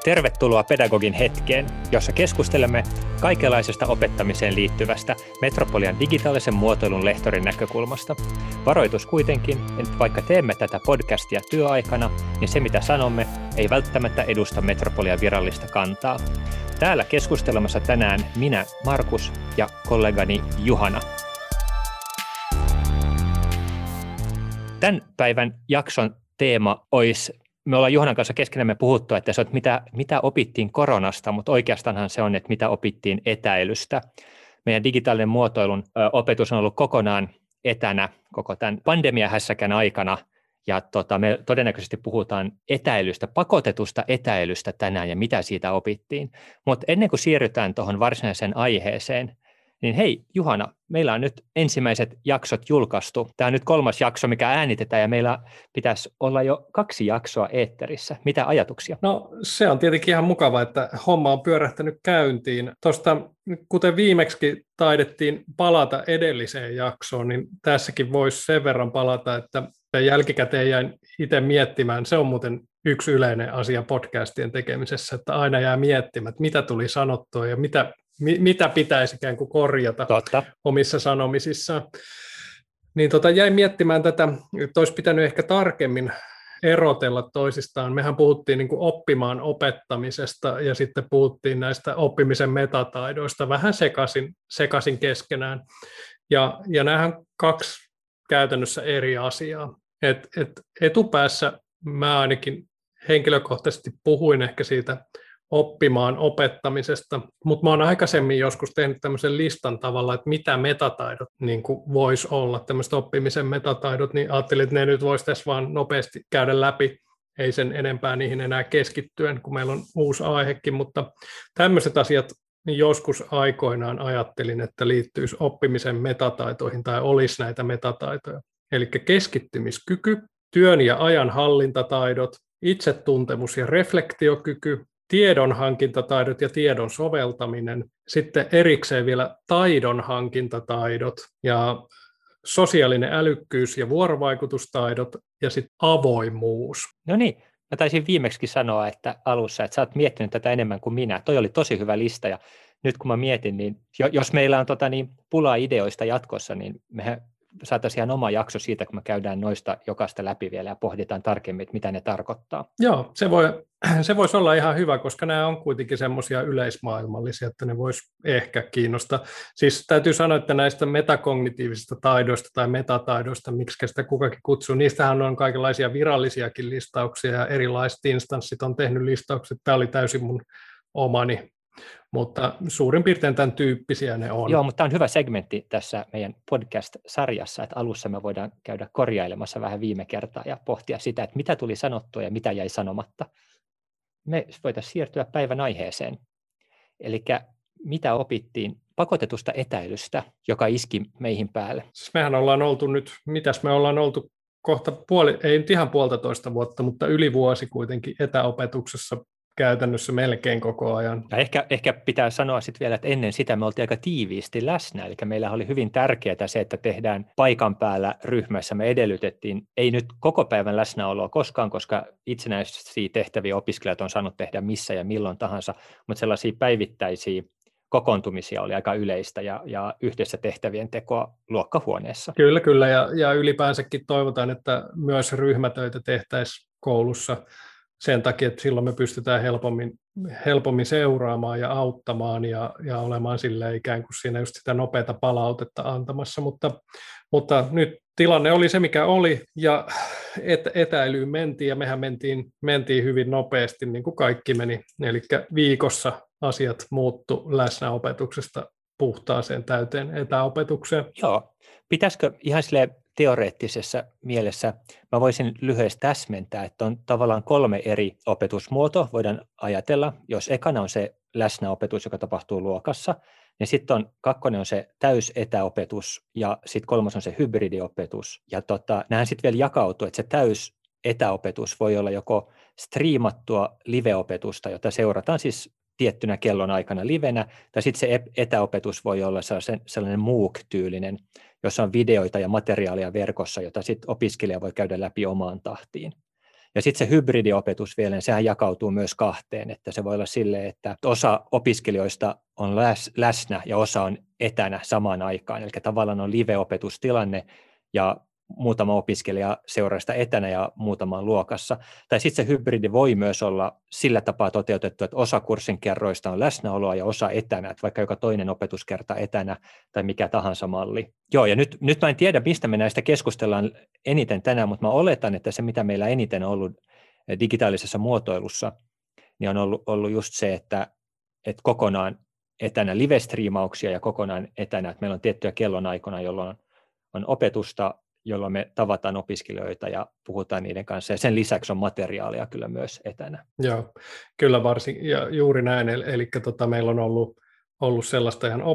Tervetuloa Pedagogin hetkeen, jossa keskustelemme kaikenlaisesta opettamiseen liittyvästä Metropolian digitaalisen muotoilun lehtorin näkökulmasta. Varoitus kuitenkin, että vaikka teemme tätä podcastia työaikana, niin se mitä sanomme ei välttämättä edusta Metropolian virallista kantaa. Täällä keskustelemassa tänään minä, Markus, ja kollegani Juhana. Tämän päivän jakson teema olisi, me ollaan Juhanan kanssa keskenämme puhuttu, että se on, mitä opittiin koronasta, mutta oikeastaanhan se on, että mitä opittiin etäilystä. Meidän digitaalinen muotoilun opetus on ollut kokonaan etänä koko tämän pandemiahässäkän aikana, ja me todennäköisesti puhutaan etäilystä, pakotetusta etäilystä tänään ja mitä siitä opittiin. Mutta ennen kuin siirrytään tuohon varsinaiseen aiheeseen, niin hei Juhana, meillä on nyt ensimmäiset jaksot julkaistu. Tämä on nyt 3. jakso, mikä äänitetään, ja meillä pitäisi olla jo 2 jaksoa eetterissä. Mitä ajatuksia? No se on tietenkin ihan mukava, että homma on pyörähtänyt käyntiin. Tuosta, kuten viimeksi taidettiin palata edelliseen jaksoon, niin tässäkin voisi sen verran palata, että jälkikäteen jäin itse miettimään. Se on muuten yksi yleinen asia podcastien tekemisessä, että aina jää miettimään, että mitä tuli sanottua ja mitä pitäisi ikään kuin korjata omissa sanomisissaan. Niin jäin miettimään tätä, että olisi pitänyt ehkä tarkemmin erotella toisistaan. Mehän puhuttiin niin kuin oppimaan opettamisesta ja sitten puhuttiin näistä oppimisen metataidoista vähän sekaisin keskenään. Ja nämähän 2 käytännössä eri asiaa. Etupäässä mä ainakin henkilökohtaisesti puhuin ehkä siitä oppimaan opettamisesta, mutta mä oon aikaisemmin joskus tehnyt tämmöisen listan tavalla, että mitä metataidot niin kuin voisi olla, tämmöiset oppimisen metataidot, niin ajattelin, että ne nyt voisi tässä vaan nopeasti käydä läpi, ei sen enempää niihin enää keskittyen, kun meillä on uusi aihekin, mutta tämmöiset asiat niin joskus aikoinaan ajattelin, että liittyisi oppimisen metataitoihin tai olisi näitä metataitoja. Eli keskittymiskyky, työn ja ajan hallintataidot, itsetuntemus ja reflektiokyky, tiedonhankintataidot ja tiedon soveltaminen, sitten erikseen vielä taidonhankintataidot ja sosiaalinen älykkyys ja vuorovaikutustaidot ja sitten avoimuus. No niin, mä taisin viimeksi sanoa että alussa, että sä oot miettinyt tätä enemmän kuin minä. Toi oli tosi hyvä lista ja nyt kun mä mietin, niin jos meillä on pulaa ideoista jatkossa, niin mehän saataisiin ihan oma jakso siitä, kun me käydään noista jokaista läpi vielä ja pohditaan tarkemmin, että mitä ne tarkoittaa. Joo, se voisi olla ihan hyvä, koska nämä on kuitenkin semmoisia yleismaailmallisia, että ne voisi ehkä kiinnostaa. Siis täytyy sanoa, että näistä metakognitiivisista taidoista tai metataidoista, miksi sitä kukakin kutsuu, niistähän on kaikenlaisia virallisiakin listauksia ja erilaiset instanssit on tehnyt listaukset. Tämä oli täysin mun omani. Mutta suurin piirtein tämän tyyppisiä ne on. Joo, mutta tämä on hyvä segmentti tässä meidän podcast-sarjassa, että alussa me voidaan käydä korjailemassa vähän viime kertaa ja pohtia sitä, että mitä tuli sanottua ja mitä jäi sanomatta. Me voitaisiin siirtyä päivän aiheeseen. Eli mitä opittiin pakotetusta etäilystä, joka iski meihin päälle? Siis mehän ollaan oltu nyt, me ollaan oltu kohta ei nyt ihan 1,5 vuotta, mutta yli vuosi kuitenkin etäopetuksessa käytännössä melkein koko ajan. Ja ehkä pitää sanoa sitten vielä, että ennen sitä me oltiin aika tiiviisti läsnä, eli meillä oli hyvin tärkeää se, että tehdään paikan päällä ryhmässä. Me edellytettiin, ei nyt koko päivän läsnäoloa koskaan, koska itsenäisiä tehtäviä opiskelijat on saanut tehdä missä ja milloin tahansa, mutta sellaisia päivittäisiä kokoontumisia oli aika yleistä ja yhdessä tehtävien tekoa luokkahuoneessa. Kyllä, ja ylipäänsäkin toivotaan, että myös ryhmätöitä tehtäisiin koulussa sen takia, että silloin me pystytään helpommin seuraamaan ja auttamaan ja olemaan sille ikään kuin siinä just sitä nopeata palautetta antamassa, mutta nyt tilanne oli se, mikä oli, ja etäilyyn mentiin, ja mehän mentiin hyvin nopeasti, niin kuin kaikki meni, eli viikossa asiat muuttu läsnäopetuksesta puhtaaseen täyteen etäopetukseen. Joo, pitäisikö ihan silleen teoreettisessa mielessä, mä voisin lyhyesti täsmentää, että on tavallaan 3 eri opetusmuotoa, voidaan ajatella, jos ekana on se läsnäopetus, joka tapahtuu luokassa, niin sitten 2 on se täysetäopetus ja sitten 3 on se hybridiopetus. Ja nämähän sitten vielä jakautuu, että se täysetäopetus voi olla joko striimattua live-opetusta, jota seurataan siis tiettynä kellon aikana livenä, tai sitten se etäopetus voi olla sellainen MOOC-tyylinen, jossa on videoita ja materiaalia verkossa, jota sitten opiskelija voi käydä läpi omaan tahtiin. Ja sitten se hybridiopetus vielä, sehän jakautuu myös kahteen, että se voi olla silleen, että osa opiskelijoista on läsnä ja osa on etänä samaan aikaan, eli tavallaan on live-opetustilanne ja muutama opiskelija seuraa sitä etänä ja muutama on luokassa. Tai sitten se hybridi voi myös olla sillä tapaa toteutettu, että osa kurssin kerroista on läsnäoloa ja osa etänä, että vaikka joka toinen opetuskerta etänä tai mikä tahansa malli. Joo, ja nyt mä en tiedä, mistä me näistä keskustellaan eniten tänään, mutta mä oletan, että se, mitä meillä eniten on ollut digitaalisessa muotoilussa, niin on ollut just se, että kokonaan etänä live-striimauksia ja kokonaan etänä, että meillä on tiettyjä kellonaikoina, jolloin on opetusta, jolloin me tavataan opiskelijoita ja puhutaan niiden kanssa, ja sen lisäksi on materiaalia kyllä myös etänä. Joo, kyllä varsin, ja juuri näin, eli meillä on ollut sellaista ihan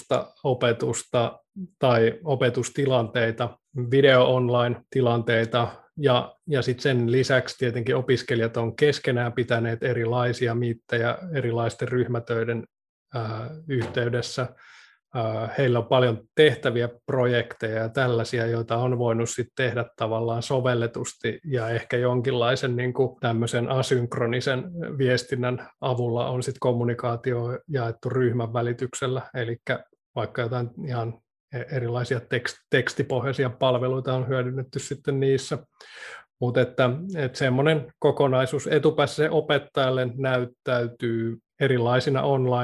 opetusta tai opetustilanteita, video-online-tilanteita, ja sitten sen lisäksi tietenkin opiskelijat on keskenään pitäneet erilaisia miittejä erilaisten ryhmätöiden yhteydessä. Heillä on paljon tehtäviä, projekteja ja tällaisia, joita on voinut sitten tehdä tavallaan sovelletusti ja ehkä jonkinlaisen niin kuin tämmöisen asynkronisen viestinnän avulla on sitten kommunikaatio jaettu ryhmän välityksellä, eli vaikka jotain ihan erilaisia tekstipohjaisia palveluita on hyödynnetty sitten niissä, mutta että semmoinen kokonaisuus etupäässä se opettajalle näyttäytyy erilaisina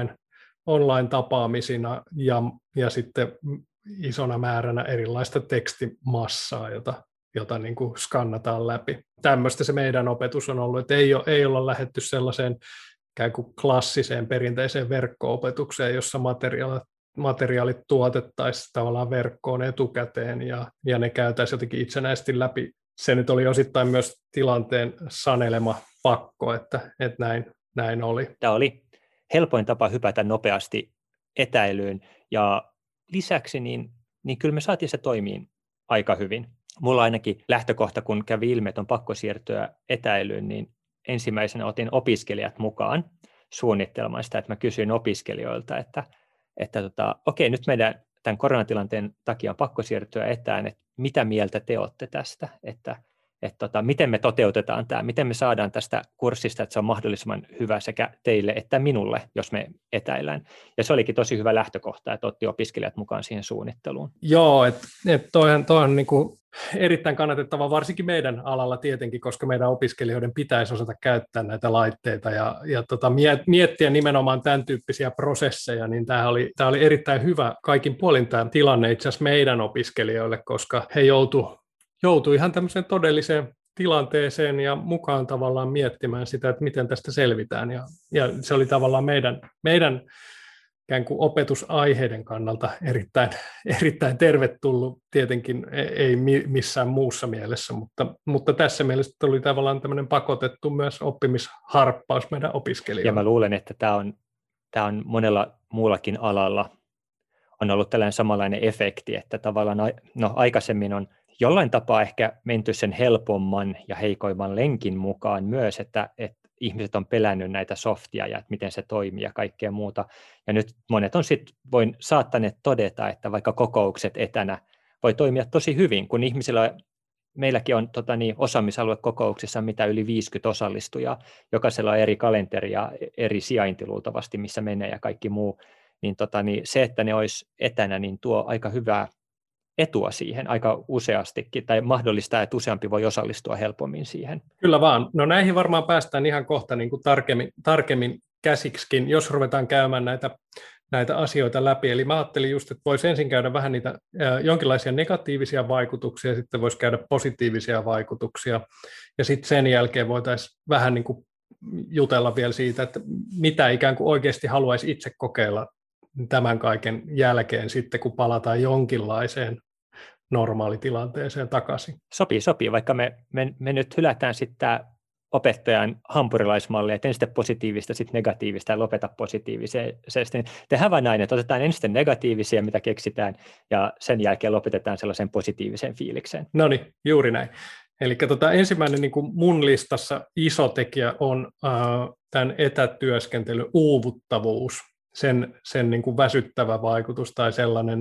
online-tapaamisina ja sitten isona määränä erilaista tekstimassaa, jota niin kuin skannataan läpi. Tämmöistä se meidän opetus on ollut, että ei olla lähdetty sellaiseen ikään kuin klassiseen perinteiseen verkko-opetukseen, jossa materiaalit tuotettaisiin tavallaan verkkoon etukäteen ja ne käytäisiin jotenkin itsenäisesti läpi. Se nyt oli osittain myös tilanteen sanelema pakko, että näin oli. Tämä oli helpoin tapa hypätä nopeasti etäilyyn, ja lisäksi niin kyllä me saatiin se toimiin aika hyvin. Mulla ainakin lähtökohta, kun kävi ilmi, että on pakko siirtyä etäilyyn, niin ensimmäisenä otin opiskelijat mukaan suunnittelemaan sitä, että mä kysyin opiskelijoilta, että okei, nyt meidän tämän koronatilanteen takia on pakko siirtyä etään, että mitä mieltä te olette tästä, että miten me toteutetaan tämä, miten me saadaan tästä kurssista, että se on mahdollisimman hyvä sekä teille että minulle, jos me etäillään. Ja se olikin tosi hyvä lähtökohta, että otti opiskelijat mukaan siihen suunnitteluun. Joo, että toi on niin kuin erittäin kannatettava, varsinkin meidän alalla tietenkin, koska meidän opiskelijoiden pitäisi osata käyttää näitä laitteita ja miettiä nimenomaan tämän tyyppisiä prosesseja, niin tämä oli erittäin hyvä kaikin puolin tämä tilanne itse asiassa meidän opiskelijoille, koska he joutui ihan tämmöiseen todelliseen tilanteeseen ja mukaan tavallaan miettimään sitä, että miten tästä selvitään. Ja se oli tavallaan meidän ikään kuin opetusaiheiden kannalta erittäin tervetullut, tietenkin ei missään muussa mielessä, mutta tässä mielessä tuli tavallaan tämmöinen pakotettu myös oppimisharppaus meidän opiskelijoille. Ja mä luulen, että tämä on monella muullakin alalla on ollut tällainen samanlainen efekti, että tavallaan aikaisemmin on jollain tapaa ehkä menty sen helpomman ja heikoimman lenkin mukaan myös, että ihmiset on pelännyt näitä softia ja että miten se toimii ja kaikkea muuta. Ja nyt monet on sitten saattaneet todeta, että vaikka kokoukset etänä voi toimia tosi hyvin, kun meilläkin on osaamisaluekokouksissa mitä yli 50 osallistujaa, jokaisella on eri kalenteri ja eri sijainti luultavasti, missä menee ja kaikki muu, niin se, että ne olisi etänä, niin tuo aika hyvää etua siihen aika useastikin, tai mahdollistaa, että useampi voi osallistua helpommin siihen. Kyllä vaan. No näihin varmaan päästään ihan kohta niin kuin tarkemmin käsiksikin, jos ruvetaan käymään näitä asioita läpi. Eli mä ajattelin just, että voisi ensin käydä vähän niitä jonkinlaisia negatiivisia vaikutuksia, ja sitten voisi käydä positiivisia vaikutuksia, ja sitten sen jälkeen voitaisiin vähän niin kuin jutella vielä siitä, että mitä ikään kuin oikeasti haluaisi itse kokeilla tämän kaiken jälkeen sitten, kun palataan jonkinlaiseen normaalitilanteeseen takaisin. Sopii, vaikka me nyt hylätään sitten tämä opettajan hampurilaismalli, että ensin positiivista, sitten negatiivista ja lopeta positiivisesti. Tehdään vain näin, että otetaan ensin negatiivisia, mitä keksitään, ja sen jälkeen lopetetaan sellaisen positiivisen fiilikseen. No niin, juuri näin. Eli ensimmäinen niin kuin mun listassa iso tekijä on tämän etätyöskentelyn uuvuttavuus. Sen niin kuin väsyttävä vaikutus tai sellainen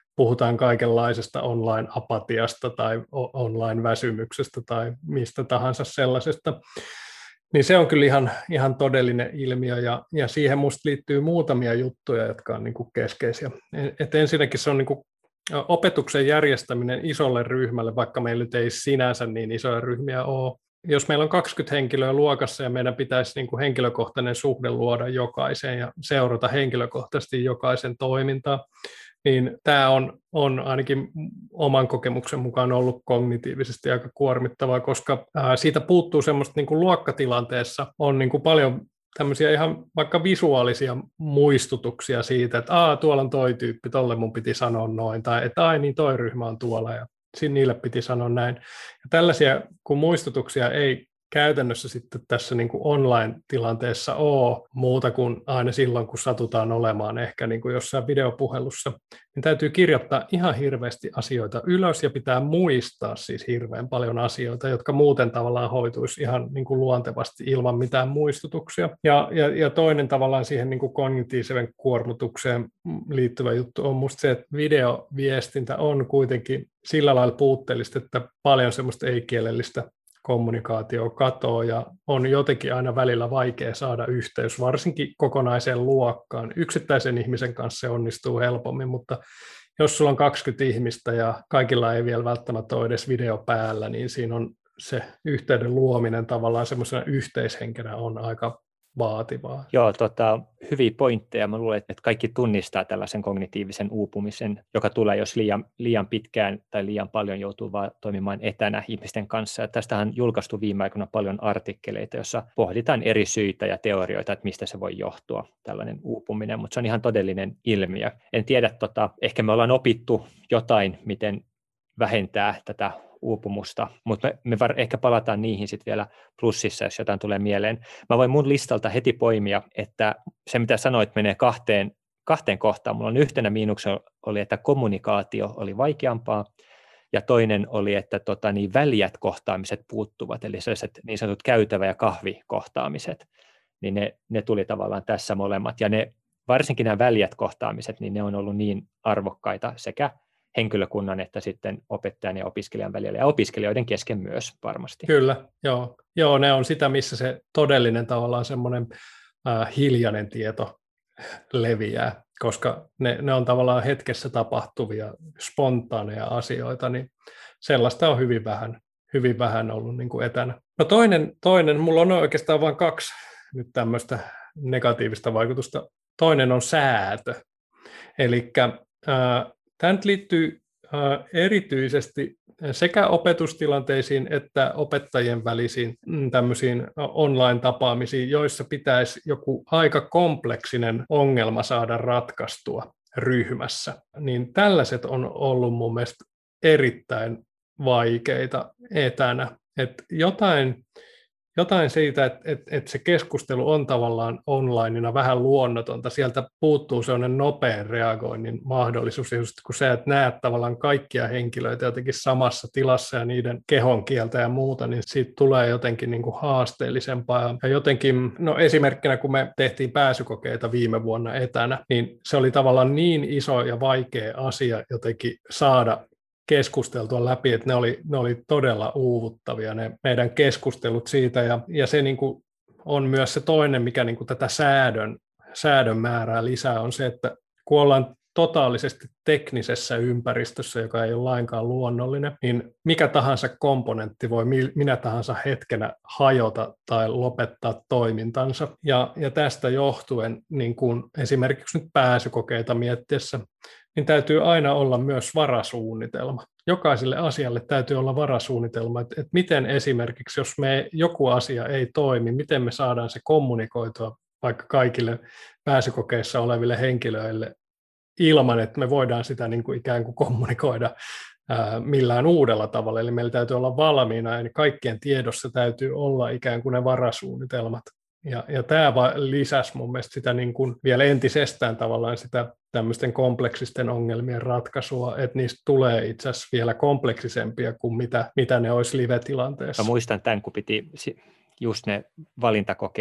puhutaan kaikenlaisesta online-apatiasta tai online-väsymyksestä tai mistä tahansa sellaisesta, niin se on kyllä ihan todellinen ilmiö, ja siihen musta liittyy muutamia juttuja, jotka on niin kuin keskeisiä. Et ensinnäkin se on niin kuin opetuksen järjestäminen isolle ryhmälle, vaikka meillä nyt ei sinänsä niin isoja ryhmiä ole. Jos meillä on 20 henkilöä luokassa ja meidän pitäisi niin kuin henkilökohtainen suhde luoda jokaiseen ja seurata henkilökohtaisesti jokaisen toimintaa, niin tämä on ainakin oman kokemuksen mukaan ollut kognitiivisesti aika kuormittavaa, koska siitä puuttuu semmoista niin kuin luokkatilanteessa on niin kuin paljon tämmöisiä ihan vaikka visuaalisia muistutuksia siitä, että tuolla on toi tyyppi, tolle mun piti sanoa noin, tai että niin toi ryhmä on tuolla ja niille piti sanoa näin. Ja tällaisia kun muistutuksia ei käytännössä sitten tässä niin kuin online-tilanteessa ole muuta kuin aina silloin, kun satutaan olemaan ehkä niin kuin jossain videopuhelussa, niin täytyy kirjoittaa ihan hirveästi asioita ylös ja pitää muistaa siis hirveän paljon asioita, jotka muuten tavallaan hoituisi ihan niin kuin luontevasti ilman mitään muistutuksia. Ja toinen tavallaan siihen niin kuin kognitiivisen kuormitukseen liittyvä juttu on musta se, että videoviestintä on kuitenkin sillä lailla puutteellista, että paljon semmoista ei-kielellistä kommunikaatio katoaa ja on jotenkin aina välillä vaikea saada yhteys, varsinkin kokonaiseen luokkaan. Yksittäisen ihmisen kanssa se onnistuu helpommin, mutta jos sulla on 20 ihmistä ja kaikilla ei vielä välttämättä ole edes video päällä, niin siinä on se yhteyden luominen tavallaan semmoisena yhteishenkenä on aika vaativaa. Joo, hyviä pointteja. Mä luulen, että kaikki tunnistaa tällaisen kognitiivisen uupumisen, joka tulee, jos liian pitkään tai liian paljon joutuu vaan toimimaan etänä ihmisten kanssa. Ja tästähän on julkaistu viime aikoina paljon artikkeleita, joissa pohditaan eri syitä ja teorioita, että mistä se voi johtua, tällainen uupuminen, mutta se on ihan todellinen ilmiö. En tiedä, ehkä me ollaan opittu jotain, miten vähentää tätä uupumusta, mutta me ehkä palataan niihin sitten vielä plussissa, jos jotain tulee mieleen. Mä voin mun listalta heti poimia, että se mitä sanoit menee kahteen kohtaan. Mulla on yhtenä miinuksena oli, että kommunikaatio oli vaikeampaa, ja toinen oli, että väljät kohtaamiset puuttuvat, eli sellaiset niin sanotut käytävä- ja kahvikohtaamiset, niin ne tuli tavallaan tässä molemmat, ja varsinkin nämä väljät kohtaamiset, niin ne on ollut niin arvokkaita sekä henkilökunnan että sitten opettajan ja opiskelijan välillä ja opiskelijoiden kesken myös varmasti. Kyllä, joo, ne on sitä, missä se todellinen tavallaan semmoinen hiljainen tieto leviää, koska ne on tavallaan hetkessä tapahtuvia spontaaneja asioita, niin sellaista on hyvin vähän ollut niin kuin etänä. No toinen, mulla on oikeastaan vain 2 nyt tämmöistä negatiivista vaikutusta. Toinen on säätö, eli tämä nyt liittyy erityisesti sekä opetustilanteisiin että opettajien välisiin tämmöisiin online-tapaamisiin, joissa pitäisi joku aika kompleksinen ongelma saada ratkaistua ryhmässä. Niin tällaiset on ollut mun mielestä erittäin vaikeita etänä. Että jotain siitä, että se keskustelu on tavallaan onlineina vähän luonnotonta. Sieltä puuttuu sellainen nopean reagoinnin mahdollisuus, just kun sä et näe tavallaan kaikkia henkilöitä jotenkin samassa tilassa ja niiden kehonkieltä ja muuta, niin siitä tulee jotenkin niin kuin haasteellisempaa. Ja jotenkin, no esimerkkinä kun me tehtiin pääsykokeita viime vuonna etänä, niin se oli tavallaan niin iso ja vaikea asia jotenkin saada keskusteltua läpi, että ne oli todella uuvuttavia ne meidän keskustelut siitä, ja se niin kuin on myös se toinen, mikä niin kuin tätä säädön määrää lisää, on se, että kun ollaan totaalisesti teknisessä ympäristössä, joka ei ole lainkaan luonnollinen, niin mikä tahansa komponentti voi minä tahansa hetkenä hajota tai lopettaa toimintansa. Ja tästä johtuen, niin kuin esimerkiksi nyt pääsykokeita miettiessä, niin täytyy aina olla myös varasuunnitelma. Jokaiselle asialle täytyy olla varasuunnitelma, että miten esimerkiksi, jos joku asia ei toimi, miten me saadaan se kommunikoitua vaikka kaikille pääsykokeissa oleville henkilöille ilman, että me voidaan sitä niin kuin ikään kuin kommunikoida millään uudella tavalla. Eli meillä täytyy olla valmiina, ja kaikkien tiedossa täytyy olla ikään kuin ne varasuunnitelmat. Ja tämä lisäsi mun mielestä sitä niin kuin vielä entisestään tavallaan sitä tämmöisten kompleksisten ongelmien ratkaisua, että niistä tulee itse asiassa vielä kompleksisempia kuin mitä ne olisi live-tilanteessa. Mä muistan tämän, kun piti just ne valintakokeet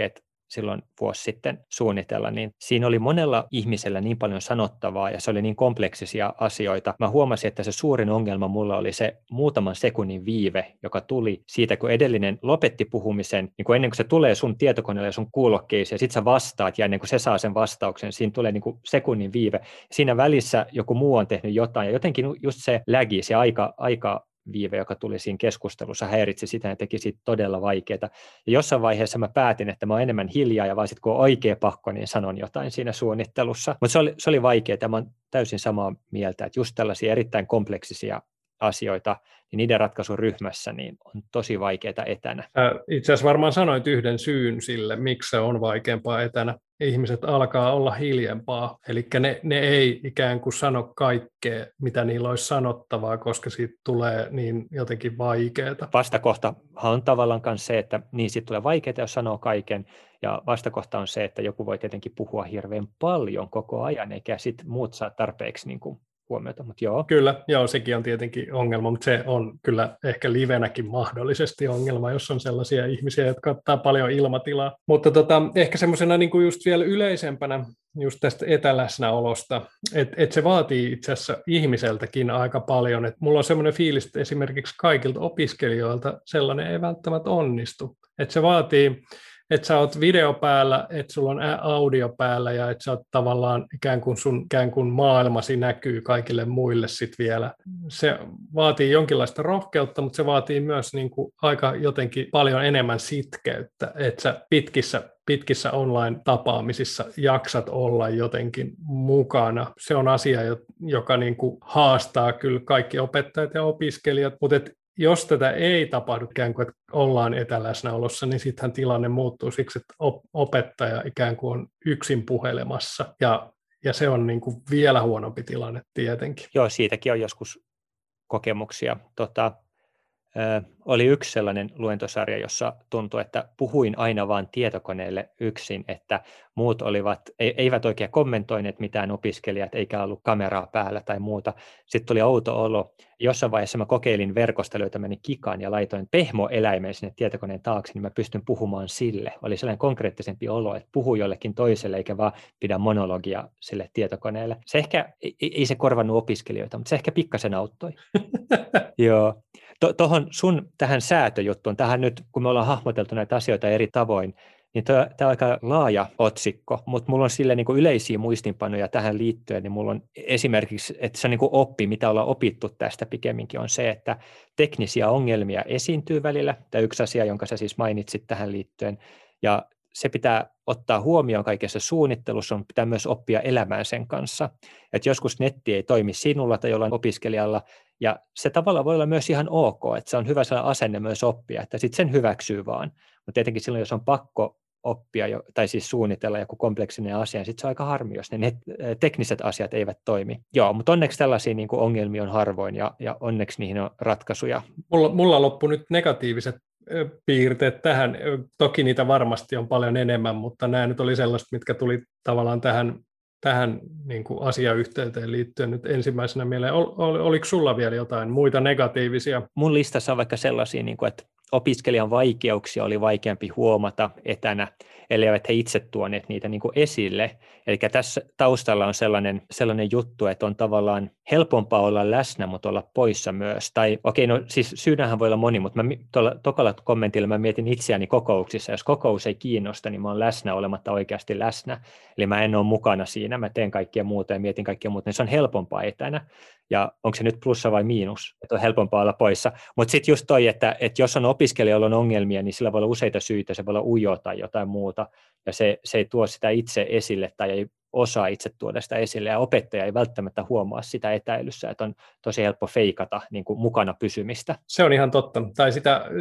silloin vuosi sitten suunnitella, niin siinä oli monella ihmisellä niin paljon sanottavaa ja se oli niin kompleksisia asioita. Mä huomasin, että se suurin ongelma mulla oli se muutaman sekunnin viive, joka tuli siitä, kun edellinen lopetti puhumisen, niin kun ennen kuin se tulee sun tietokoneelle ja sun kuulokkeisiin ja sit sä vastaat ja ennen kuin se saa sen vastauksen, siinä tulee niin kuin sekunnin viive. Siinä välissä joku muu on tehnyt jotain ja jotenkin just se lägi, se aika viive, joka tuli siinä keskustelussa, häiritsi sitä ja teki siitä todella vaikeaa. Ja jossain vaiheessa mä päätin, että mä oon enemmän hiljaa ja vaan sitten kun on oikea pakko, niin sanon jotain siinä suunnittelussa. Mutta se oli vaikeaa ja mä oon täysin samaa mieltä, että just tällaisia erittäin kompleksisia asioita, niin niiden ratkaisu ryhmässä niin on tosi vaikeaa etänä. Itse asiassa varmaan sanoit yhden syyn sille, miksi se on vaikeampaa etänä. Ihmiset alkaa olla hiljempaa, eli ne ei ikään kuin sano kaikkea, mitä niillä olisi sanottavaa, koska siitä tulee niin jotenkin vaikeaa. Vastakohtahan on tavallaan myös se, että niin siitä tulee vaikeaa, jos sanoo kaiken, ja vastakohta on se, että joku voi tietenkin puhua hirveän paljon koko ajan, eikä sitten muut saa tarpeeksi niin kuin huomiota, mutta joo. Kyllä, joo, sekin on tietenkin ongelma, mutta se on kyllä ehkä livenäkin mahdollisesti ongelma, jos on sellaisia ihmisiä, jotka ottaa paljon ilmatilaa. Mutta ehkä semmoisena niin kuin just vielä yleisempänä just tästä etäläsnäolosta, että se vaatii itse asiassa ihmiseltäkin aika paljon. Et mulla on semmoinen fiilis, että esimerkiksi kaikilta opiskelijoilta sellainen ei välttämättä onnistu. Että se vaatii, että sä oot video päällä, että sulla on audio päällä ja että sä oot tavallaan ikään kuin maailmasi näkyy kaikille muille sit vielä. Se vaatii jonkinlaista rohkeutta, mutta se vaatii myös niin kuin aika jotenkin paljon enemmän sitkeyttä, että sä pitkissä online-tapaamisissa jaksat olla jotenkin mukana. Se on asia, joka niin kuin haastaa kyllä kaikki opettajat ja opiskelijat, mutta jos tätä ei tapahdu ikään kuin, että ollaan etäläsnäolossa, niin sittenhän tilanne muuttuu siksi, että opettaja ikään kuin on yksin puhelemassa. Ja se on niin kuin vielä huonompi tilanne tietenkin. Joo, siitäkin on joskus kokemuksia. Oli yksi sellainen luentosarja, jossa tuntui, että puhuin aina vain tietokoneelle yksin, että muut eivät oikein kommentoineet mitään opiskelijat, eikä ollut kameraa päällä tai muuta. Sitten tuli outo olo. Jossain vaiheessa mä kokeilin verkostelua, jota meni kikaan ja laitoin pehmoeläimen sinne tietokoneen taakse, niin mä pystyn puhumaan sille. Oli sellainen konkreettisempi olo, että puhuu jollekin toiselle, eikä vaan pidä monologia sille tietokoneelle. Se ehkä, ei se korvannut opiskelijoita, mutta se ehkä pikkasen auttoi. Joo. Tähän säätöjuttuun, tähän nyt, kun me ollaan hahmoteltu näitä asioita eri tavoin, niin tämä on aika laaja otsikko, mutta mulla on sille niin kuin yleisiä muistinpanoja tähän liittyen, niin mulla on esimerkiksi, että se on niin kuin mitä ollaan opittu tästä pikemminkin, on se, että teknisiä ongelmia esiintyy välillä, tämä yksi asia, jonka sä siis mainitsit tähän liittyen, ja se pitää ottaa huomioon kaikessa suunnittelussa, mutta pitää myös oppia elämään sen kanssa. Että joskus netti ei toimi sinulla tai jollain opiskelijalla, ja se tavallaan voi olla myös ihan ok, että se on hyvä sellainen asenne myös oppia, että sitten sen hyväksyy vaan. Mutta tietenkin silloin, jos on pakko oppia tai siis suunnitella joku kompleksinen asia, niin sitten se on aika harmi, jos ne tekniset asiat eivät toimi. Joo, mutta onneksi tällaisia niin kuin ongelmia on harvoin, ja onneksi niihin on ratkaisuja. Mulla loppui nyt negatiiviset piirteet tähän. Toki niitä varmasti on paljon enemmän, mutta nämä nyt oli sellaiset, mitkä tuli tavallaan tähän niin kuin asiayhteyteen liittyen nyt ensimmäisenä mieleen. Oliko sulla vielä jotain muita negatiivisia? Mun listassa on vaikka sellaisia, niin kuin, että opiskelijan vaikeuksia oli vaikeampi huomata etänä, elleivät he itse tuoneet niitä niin kuin esille. Eli tässä taustalla on sellainen juttu, että on tavallaan helpompaa olla läsnä, mutta olla poissa myös. Tai okei, no siis syynähän voi olla moni, mutta tuolla tokalla kommentilla mä mietin itseäni kokouksissa. Jos kokous ei kiinnosta, niin mä oon läsnä olematta oikeasti läsnä. Eli mä en ole mukana siinä, mä teen kaikkea muuta ja mietin kaikkea muuta, niin se on helpompaa etänä. Ja onko se nyt plussa vai miinus, että on helpompaa olla poissa. Mutta sitten just toi, että jos on opiskelijalla on ongelmia, niin sillä voi olla useita syitä, se voi olla ujo tai jotain muuta, ja se ei tuo sitä itse esille tai ei osaa itse tuoda sitä esille, ja opettaja ei välttämättä huomaa sitä etäilyssä, että on tosi helppo feikata niin kuin mukana pysymistä. Se on ihan totta, tai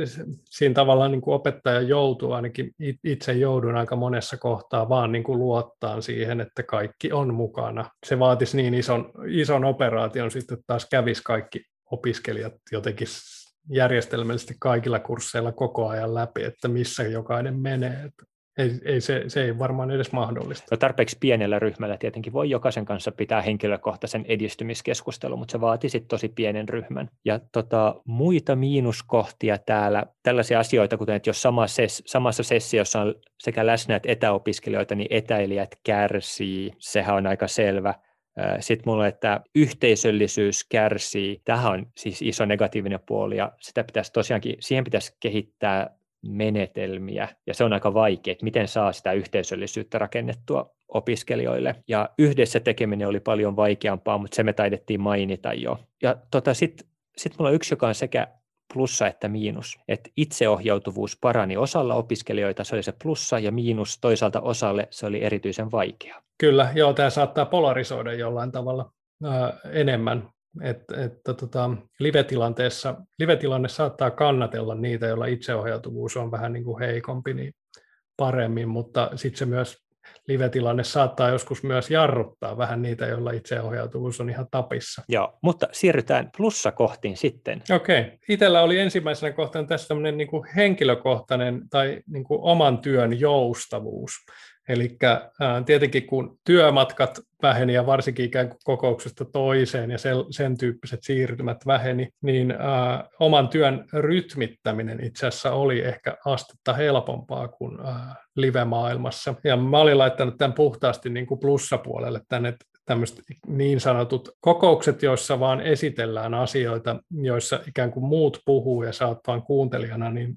siinä tavallaan niin kuin opettaja joutuu, ainakin itse joudun aika monessa kohtaa vaan niin kuin luottaa siihen, että kaikki on mukana. Se vaatisi niin ison operaation sitten, että taas kävisi kaikki opiskelijat jotenkin järjestelmällisesti kaikilla kursseilla koko ajan läpi, että missä jokainen menee. se ei varmaan edes mahdollista. No tarpeeksi pienellä ryhmällä tietenkin voi jokaisen kanssa pitää henkilökohtaisen edistymiskeskustelun, mutta se vaatii sitten tosi pienen ryhmän. Ja muita miinuskohtia täällä, tällaisia asioita, kuten että jos samassa sessiossa on sekä läsnä että etäopiskelijoita, niin etäilijät kärsii, sehän on aika selvä. Sitten mulla on, että yhteisöllisyys kärsii. Tähän on siis iso negatiivinen puoli ja siihen pitäisi kehittää menetelmiä ja se on aika vaikea, että miten saa sitä yhteisöllisyyttä rakennettua opiskelijoille. Ja yhdessä tekeminen oli paljon vaikeampaa, mutta se me taidettiin mainita jo. Ja sitten mulla on yksi, joka on sekä plussa että miinus. Että itseohjautuvuus parani osalla opiskelijoita, se oli se plussa, ja miinus toisaalta osalle se oli erityisen vaikea. Kyllä, joo, tämä saattaa polarisoida jollain tavalla enemmän. Live-tilanne saattaa kannatella niitä, joilla itseohjautuvuus on vähän niin kuin heikompi, niin paremmin, mutta sitten se myös live-tilanne saattaa joskus myös jarruttaa vähän niitä, joilla itseohjautuvuus on ihan tapissa. Joo, mutta siirrytään plussakohtiin sitten. Okei. Itsellä oli ensimmäisenä kohtana tässä tämmöinen niin kuin henkilökohtainen tai niin kuin oman työn joustavuus. Eli tietenkin kun työmatkat väheni ja varsinkin ikään kuin kokouksesta toiseen ja sen tyyppiset siirtymät väheni, niin oman työn rytmittäminen itse asiassa oli ehkä astetta helpompaa kuin live-maailmassa. Ja mä olin laittanut tämän puhtaasti niin kuin plussapuolelle tänne tämmöiset niin sanotut kokoukset, joissa vaan esitellään asioita, joissa ikään kuin muut puhuu ja sä oot vaan kuuntelijana, niin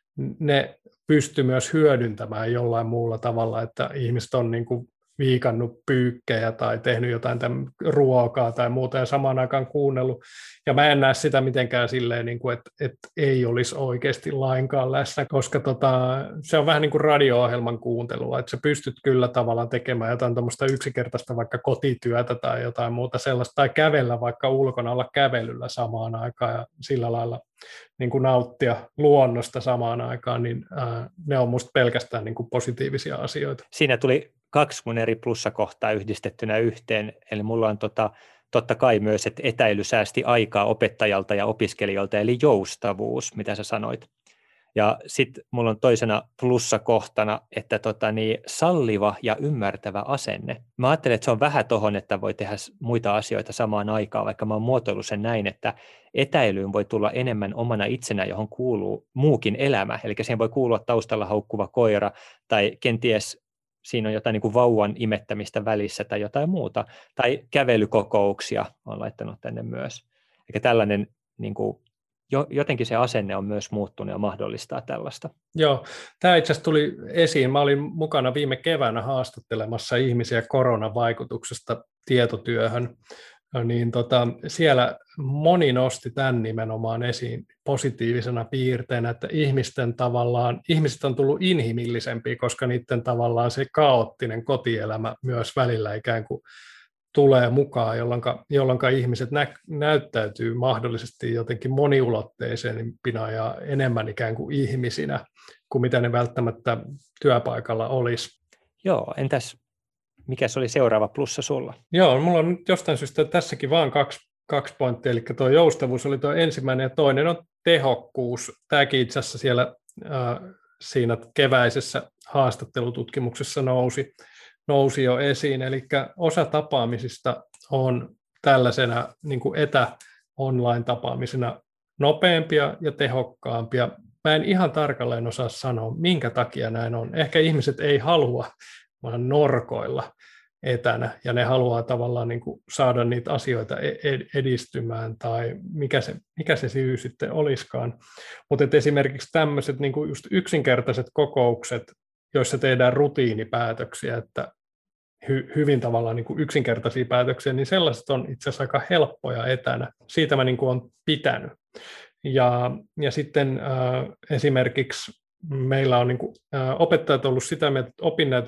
ne pystyy myös hyödyntämään jollain muulla tavalla, että ihmiset on niin kuin viikannut pyykkejä tai tehnyt jotain ruokaa tai muuta ja samaan aikaan kuunnellut. Ja mä en näe sitä mitenkään silleen, niin kuin, että ei olisi oikeasti lainkaan läsnä, koska se on vähän niin kuin radio-ohjelman kuuntelua, että sä pystyt kyllä tavallaan tekemään jotain tämmöistä yksinkertaista vaikka kotityötä tai jotain muuta sellaista, tai kävellä vaikka ulkona, olla kävelyllä samaan aikaan ja sillä lailla niin kuin nauttia luonnosta samaan aikaan, niin ne on musta pelkästään niin kuin positiivisia asioita. Siinä tuli 2 mun eri plussakohtaa yhdistettynä yhteen, eli mulla on totta kai myös, että etäily säästi aikaa opettajalta ja opiskelijoilta, eli joustavuus, mitä sä sanoit. Ja sitten mulla on toisena plussakohtana, että salliva ja ymmärtävä asenne. Mä ajattelen, että se on vähän tohon, että voi tehdä muita asioita samaan aikaan, vaikka mä oon muotoillut sen näin, että etäilyyn voi tulla enemmän omana itsenä, johon kuuluu muukin elämä. Eli siihen voi kuulua taustalla haukkuva koira tai kenties siinä on jotain niin kuin vauvan imettämistä välissä tai jotain muuta. Tai kävelykokouksia on laittanut tänne myös. Eli tällainen niin kuin jotenkin se asenne on myös muuttunut ja mahdollistaa tällaista. Joo, tämä itse asiassa tuli esiin. Mä olin mukana viime keväänä haastattelemassa ihmisiä koronan vaikutuksesta tietotyöhön, niin siellä moni nosti tämän nimenomaan esiin positiivisena piirteenä, että ihmiset on tullut inhimillisempiä, koska niiden tavallaan se kaoottinen kotielämä myös välillä ikään kuin tulee mukaan, jolloin ihmiset näyttäytyy mahdollisesti jotenkin moniulotteisempina ja enemmän ikään kuin ihmisinä kuin mitä ne välttämättä työpaikalla olisi. Joo, entäs mikä se oli seuraava plussa sulla? Joo, mulla on nyt jostain syystä tässäkin vaan kaksi pointtia, eli tuo joustavuus oli tuo ensimmäinen ja toinen on tehokkuus. Tämäkin itse asiassa siellä siinä keväisessä haastattelututkimuksessa nousi jo esiin, eli osa tapaamisista on tällaisena niin kuin online-tapaamisena nopeampia ja tehokkaampia. Mä en ihan tarkalleen osaa sanoa, minkä takia näin on. Ehkä ihmiset ei halua vaan norkoilla etänä, ja ne haluaa tavallaan niin kuin saada niitä asioita edistymään, tai mikä se syy sitten olisikaan. Mutta esimerkiksi tämmöiset niin kuin just yksinkertaiset kokoukset, joissa tehdään rutiinipäätöksiä, että hyvin tavallaan niin kuin yksinkertaisia päätöksiä, niin sellaiset on itse asiassa aika helppoja etänä. Siitä mä niin kuin olen pitänyt. Ja sitten esimerkiksi meillä on niin kuin, opettajat ollut sitä mieltä, että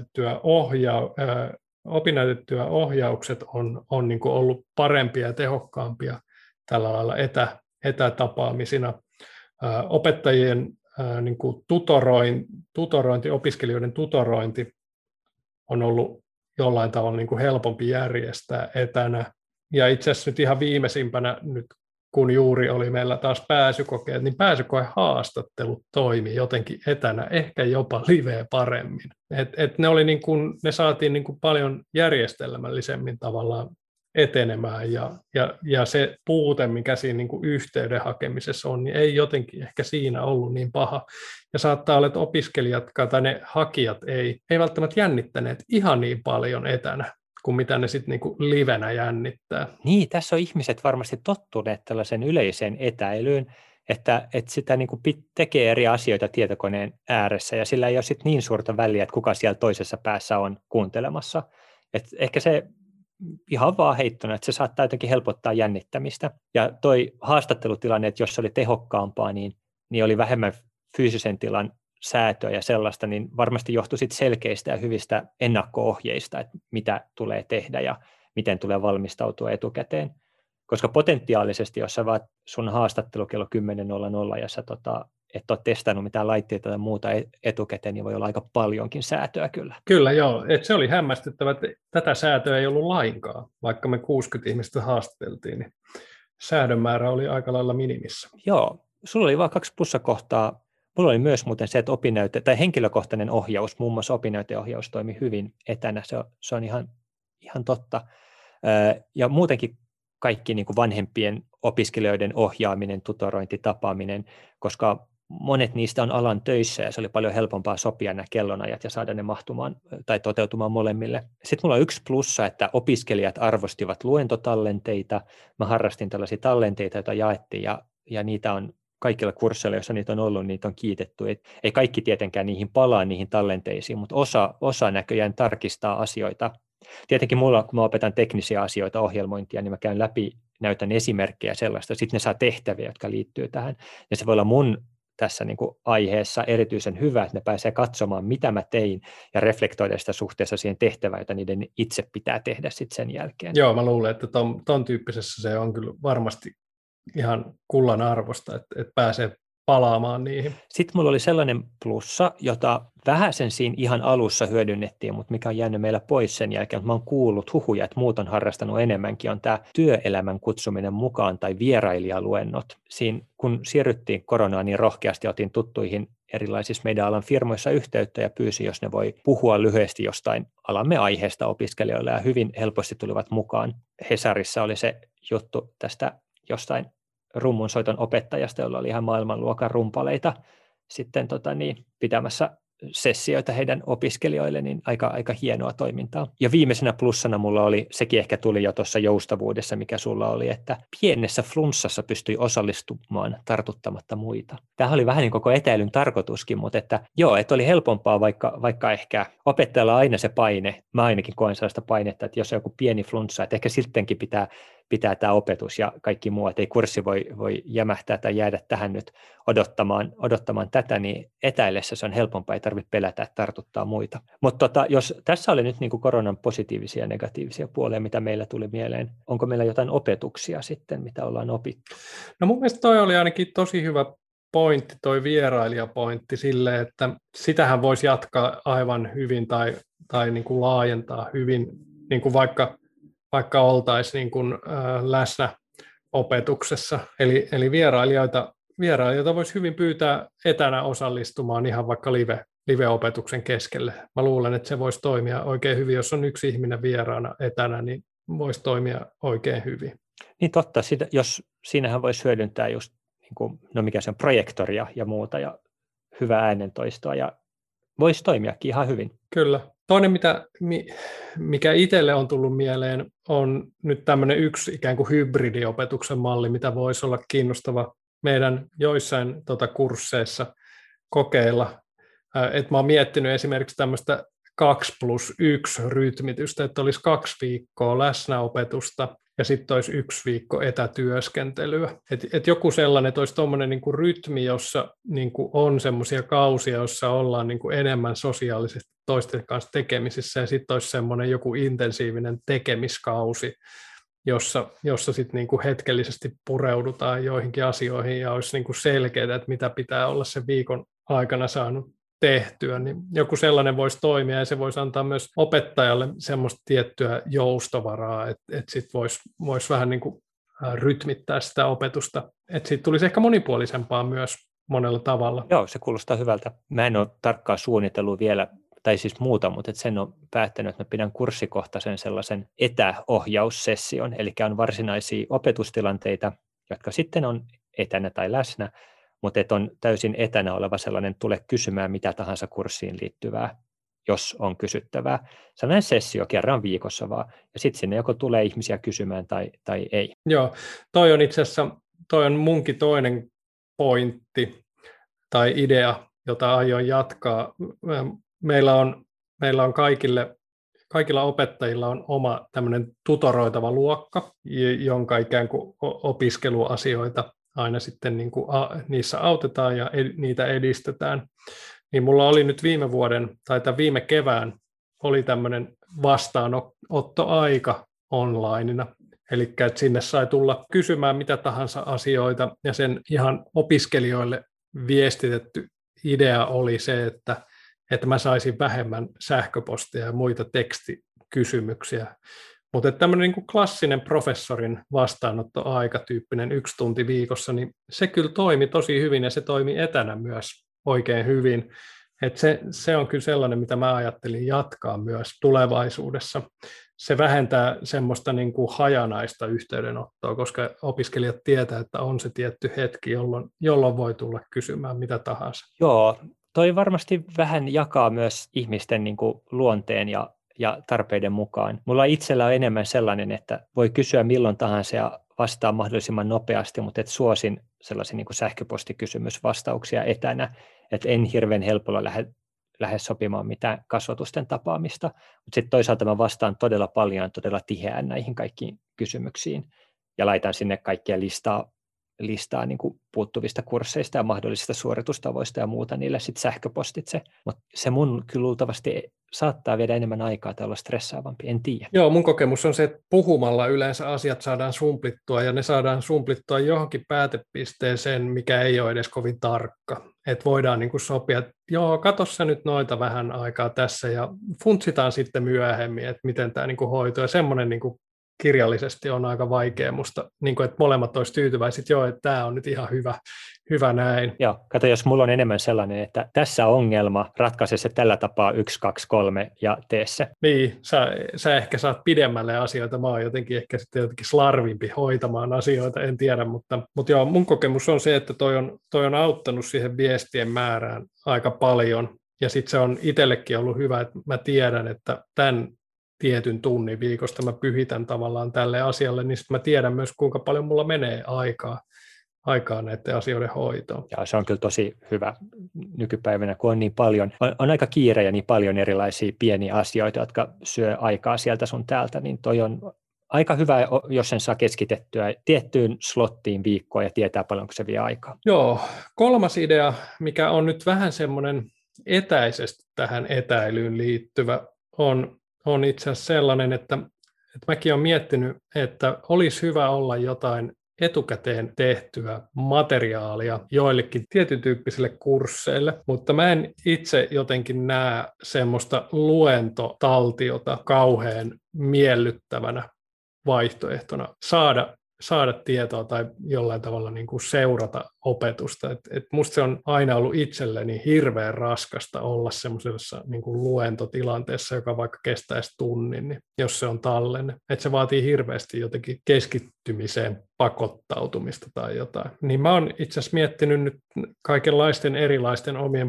opinnäytetyöohjaukset on niin kuin ollut parempia ja tehokkaampia tällä lailla etätapaamisina. Opettajien niin kuin tutorointi, opiskelijoiden tutorointi on ollut jollain tavalla niin kuin helpompi järjestää etänä. Ja itse asiassa nyt ihan viimeisimpänä nyt kun juuri oli meillä taas pääsykokeet, niin pääsykoehaastattelut toimi jotenkin etänä, ehkä jopa liveä paremmin. Ne oli niin kuin, ne saatiin niin kuin paljon järjestelmällisemmin tavallaan etenemään, ja se puute, mikä siinä niin kuin yhteyden hakemisessa on, niin ei jotenkin ehkä siinä ollut niin paha. Ja saattaa olla, että opiskelijat tai ne hakijat ei välttämättä jännittäneet ihan niin paljon etänä, kuin mitä ne sitten niinku livenä jännittää. Niin, tässä on ihmiset varmasti tottuneet tällaisen yleiseen etäilyyn, että sitä niin kuin tekee eri asioita tietokoneen ääressä, ja sillä ei ole sit niin suurta väliä, että kuka siellä toisessa päässä on kuuntelemassa. Et ehkä se ihan vaan heittona, että se saattaa jotenkin helpottaa jännittämistä. Ja toi haastattelutilanne, että jos se oli tehokkaampaa, niin oli vähemmän fyysisen tilan säätöä ja sellaista, niin varmasti johtui sit selkeistä ja hyvistä ennakko-ohjeista, että mitä tulee tehdä ja miten tulee valmistautua etukäteen. Koska potentiaalisesti, jos sä vaat sun haastattelu kello 10.00 ja sä et ole testannut mitään laitteita tai muuta etukäteen, niin voi olla aika paljonkin säätöä kyllä. Kyllä joo, että se oli hämmästyttävä, että tätä säätöä ei ollut lainkaan, vaikka me 60 ihmistä haastateltiin, niin säädön määrä oli aika lailla minimissä. Joo, sulla oli vain 2 plussakohtaa. Mulla oli myös muuten se, että henkilökohtainen ohjaus, muun muassa opinnäyteohjaus toimi hyvin etänä, se on ihan totta. Ja muutenkin kaikki niin kuin vanhempien opiskelijoiden ohjaaminen, tutorointi, tapaaminen, koska monet niistä on alan töissä ja se oli paljon helpompaa sopia nämä kellonajat ja saada ne mahtumaan tai toteutumaan molemmille. Sitten mulla on 1 plussa, että opiskelijat arvostivat luentotallenteita. Mä harrastin tällaisia tallenteita, joita jaettiin ja niitä on kaikilla kursseilla, joissa niitä on ollut, niitä on kiitetty. Ei kaikki tietenkään niihin palaa niihin tallenteisiin, mutta osa näköjään tarkistaa asioita. Tietenkin mulla, kun mä opetan teknisiä asioita, ohjelmointia, niin mä käyn läpi, näytän esimerkkejä sellaista, sitten ne saa tehtäviä, jotka liittyy tähän. Ja se voi olla mun tässä niin kuin aiheessa erityisen hyvä, että ne pääsee katsomaan, mitä mä tein, ja reflektoida sitä suhteessa siihen tehtävään, jota niiden itse pitää tehdä sitten sen jälkeen. Joo, mä luulen, että ton tyyppisessä se on kyllä varmasti ihan kullan arvosta, että pääsee palaamaan niihin. Sitten mulla oli sellainen plussa, jota vähäsen siinä ihan alussa hyödynnettiin, mutta mikä on jäänyt meillä pois sen jälkeen, että mä oon kuullut huhuja, että muut on harrastanut enemmänkin, on tämä työelämän kutsuminen mukaan tai vierailijaluennot. Siinä kun siirryttiin koronaan, niin rohkeasti otin tuttuihin erilaisissa meidän alan firmoissa yhteyttä ja pyysin, jos ne voi puhua lyhyesti jostain alamme aiheesta opiskelijoille, ja hyvin helposti tulivat mukaan. Hesarissa oli se juttu tästä jostain rummunsoiton opettajasta, jolla oli ihan maailmanluokan rumpaleita sitten pitämässä sessioita heidän opiskelijoille, niin aika hienoa toimintaa. Ja viimeisenä plussana mulla oli, sekin ehkä tuli jo tuossa joustavuudessa, mikä sulla oli, että pienessä flunssassa pystyi osallistumaan tartuttamatta muita. Tämä oli vähän niin koko etäilyn tarkoituskin, mutta että oli helpompaa, vaikka ehkä opettajalla on aina se paine, mä ainakin koen sellaista painetta, että jos on joku pieni flunssa, että ehkä sittenkin pitää tämä opetus ja kaikki muu, että ei kurssi voi jämähtää tai jäädä tähän nyt odottamaan tätä, niin etäillessä se on helpompaa, ei tarvitse pelätä, että tartuttaa muita. Mutta jos tässä oli nyt niin kuin koronan positiivisia ja negatiivisia puolia, mitä meillä tuli mieleen, onko meillä jotain opetuksia sitten, mitä ollaan opittu? No mun mielestä toi oli ainakin tosi hyvä pointti, toi vierailijapointti sille, että sitähän voisi jatkaa aivan hyvin tai niin kuin laajentaa hyvin, niin kuin vaikka oltaisiin niin kuin läsnä opetuksessa. Eli vierailijoita voisi hyvin pyytää etänä osallistumaan ihan vaikka live-opetuksen keskelle. Mä luulen, että se voisi toimia oikein hyvin. Jos on yksi ihminen vieraana etänä, niin voisi toimia oikein hyvin. Niin totta, jos siinähän voisi hyödyntää just niin kuin, mikä se on, projektoria ja muuta ja hyvää äänentoistoa ja voisi toimiakin ihan hyvin. Kyllä. Toinen, mikä itselle on tullut mieleen, on nyt tämmöinen yksi ikään kuin hybridiopetuksen malli, mitä voisi olla kiinnostava meidän joissain kursseissa kokeilla. Et mä oon miettinyt esimerkiksi tämmöistä 2+1 rytmitystä, että olisi 2 viikkoa läsnäopetusta ja sitten olisi 1 viikko etätyöskentelyä. Et joku sellainen, että olisi tuommoinen niinku rytmi, jossa niinku on semmoisia kausia, jossa ollaan niinku enemmän sosiaalisesti toisten kanssa tekemisissä, ja sitten olisi semmoinen joku intensiivinen tekemiskausi, jossa sitten niinku hetkellisesti pureudutaan joihinkin asioihin ja olisi niinku selkeää, että mitä pitää olla sen viikon aikana saanut tehtyä, niin joku sellainen voisi toimia, ja se voisi antaa myös opettajalle semmoista tiettyä joustovaraa, että sitten voisi vähän niin kuin rytmittää sitä opetusta. Että siitä tulisi ehkä monipuolisempaa myös monella tavalla. Joo, se kuulostaa hyvältä. Mä en ole tarkkaan suunnitellut vielä, tai siis muuta, mutta sen on päättänyt, että mä pidän kurssikohtaisen sellaisen etäohjaussession, eli on varsinaisia opetustilanteita, jotka sitten on etänä tai läsnä, mutta on täysin etänä oleva sellainen tule kysymään mitä tahansa kurssiin liittyvää, jos on kysyttävää. Sellainen sessio kerran viikossa vaan, ja sitten sinne joko tulee ihmisiä kysymään tai ei. Joo, toi on itse asiassa, toi on munkin toinen pointti tai idea, jota aion jatkaa. Meillä on kaikilla opettajilla on oma tämmöinen tutoroitava luokka, jonka ikään kuin opiskeluasioita aina sitten niin kuin niissä autetaan ja niitä edistetään. Niin mulla oli nyt viime kevään oli tämmöinen vastaanottoaika onlineina. Eli että sinne sai tulla kysymään mitä tahansa asioita, ja sen ihan opiskelijoille viestitetty idea oli se, että mä saisin vähemmän sähköpostia ja muita tekstikysymyksiä. Mutta tämmöinen niin kuin klassinen professorin vastaanottoaika-tyyppinen 1 tunti viikossa, niin se kyllä toimi tosi hyvin, ja se toimi etänä myös oikein hyvin. Et se on kyllä sellainen, mitä mä ajattelin jatkaa myös tulevaisuudessa. Se vähentää semmoista niin kuin hajanaista yhteydenottoa, koska opiskelijat tietää, että on se tietty hetki, jolloin voi tulla kysymään mitä tahansa. Joo, toi varmasti vähän jakaa myös ihmisten niin kuin luonteen ja tarpeiden mukaan. Mulla itsellä on enemmän sellainen, että voi kysyä milloin tahansa ja vastaa mahdollisimman nopeasti, mutta et suosin sellaisia niin kuin sähköpostikysymysvastauksia etänä, että en hirveän helpolla lähde sopimaan mitään kasvatusten tapaamista, mutta sitten toisaalta mä vastaan todella paljon, todella tiheään näihin kaikkiin kysymyksiin ja laitan sinne kaikkia listaa niin kuin puuttuvista kursseista ja mahdollisista suoritustavoista ja muuta niille sitten sähköpostitse, mutta se mun kyllä luultavasti saattaa viedä enemmän aikaa tai olla stressaavampi, en tiedä. Joo, mun kokemus on se, että puhumalla yleensä asiat saadaan sumplittua, ja ne saadaan sumplittua johonkin päätepisteeseen, mikä ei ole edes kovin tarkka. Että voidaan niin kuin sopia, että joo, katso sä nyt noita vähän aikaa tässä, ja funtsitaan sitten myöhemmin, että miten tämä niin kuin hoituu, ja semmoinen niin kuin kirjallisesti on aika vaikea musta, niin kuin, että molemmat olisi tyytyväiset, joo, että tämä on nyt ihan hyvä näin. Joo, kato, jos mulla on enemmän sellainen, että tässä ongelma, ratkaise se tällä tapaa 1, 2, 3 ja tee se. Niin, sä ehkä saat pidemmälle asioita, mä oon jotenkin ehkä sitten jotenkin slarvimpi hoitamaan asioita, en tiedä, mutta joo, mun kokemus on se, että toi on auttanut siihen viestien määrään aika paljon, ja sitten se on itsellekin ollut hyvä, että mä tiedän, että tämän tietyn tunnin viikosta mä pyhitän tavallaan tälle asialle, niin sitten mä tiedän myös, kuinka paljon mulla menee aikaa näiden asioiden hoitoon. Ja se on kyllä tosi hyvä nykypäivänä, kun on niin paljon, on aika kiire ja niin paljon erilaisia pieniä asioita, jotka syö aikaa sieltä sun täältä, niin toi on aika hyvä, jos sen saa keskitettyä tiettyyn slottiin viikkoon ja tietää paljonko se vie aikaa. Joo, 3. idea, mikä on nyt vähän semmoinen etäisesti tähän etäilyyn liittyvä, on itse asiassa sellainen, että mäkin olen miettinyt, että olisi hyvä olla jotain etukäteen tehtyä materiaalia joillekin tietyn tyyppisille kursseille, mutta mä en itse jotenkin näe semmoista luentotaltiota kauhean miellyttävänä vaihtoehtona saada tietoa tai jollain tavalla niin kuin seurata opetusta. Et musta se on aina ollut itselleni hirveän raskasta olla semmoisessa niin kuin luentotilanteessa, joka vaikka kestäisi tunnin, niin jos se on tallenne. Et se vaatii hirveästi jotenkin keskittymiseen pakottautumista tai jotain. Niin mä oon itse asiassa miettinyt nyt kaikenlaisten erilaisten omien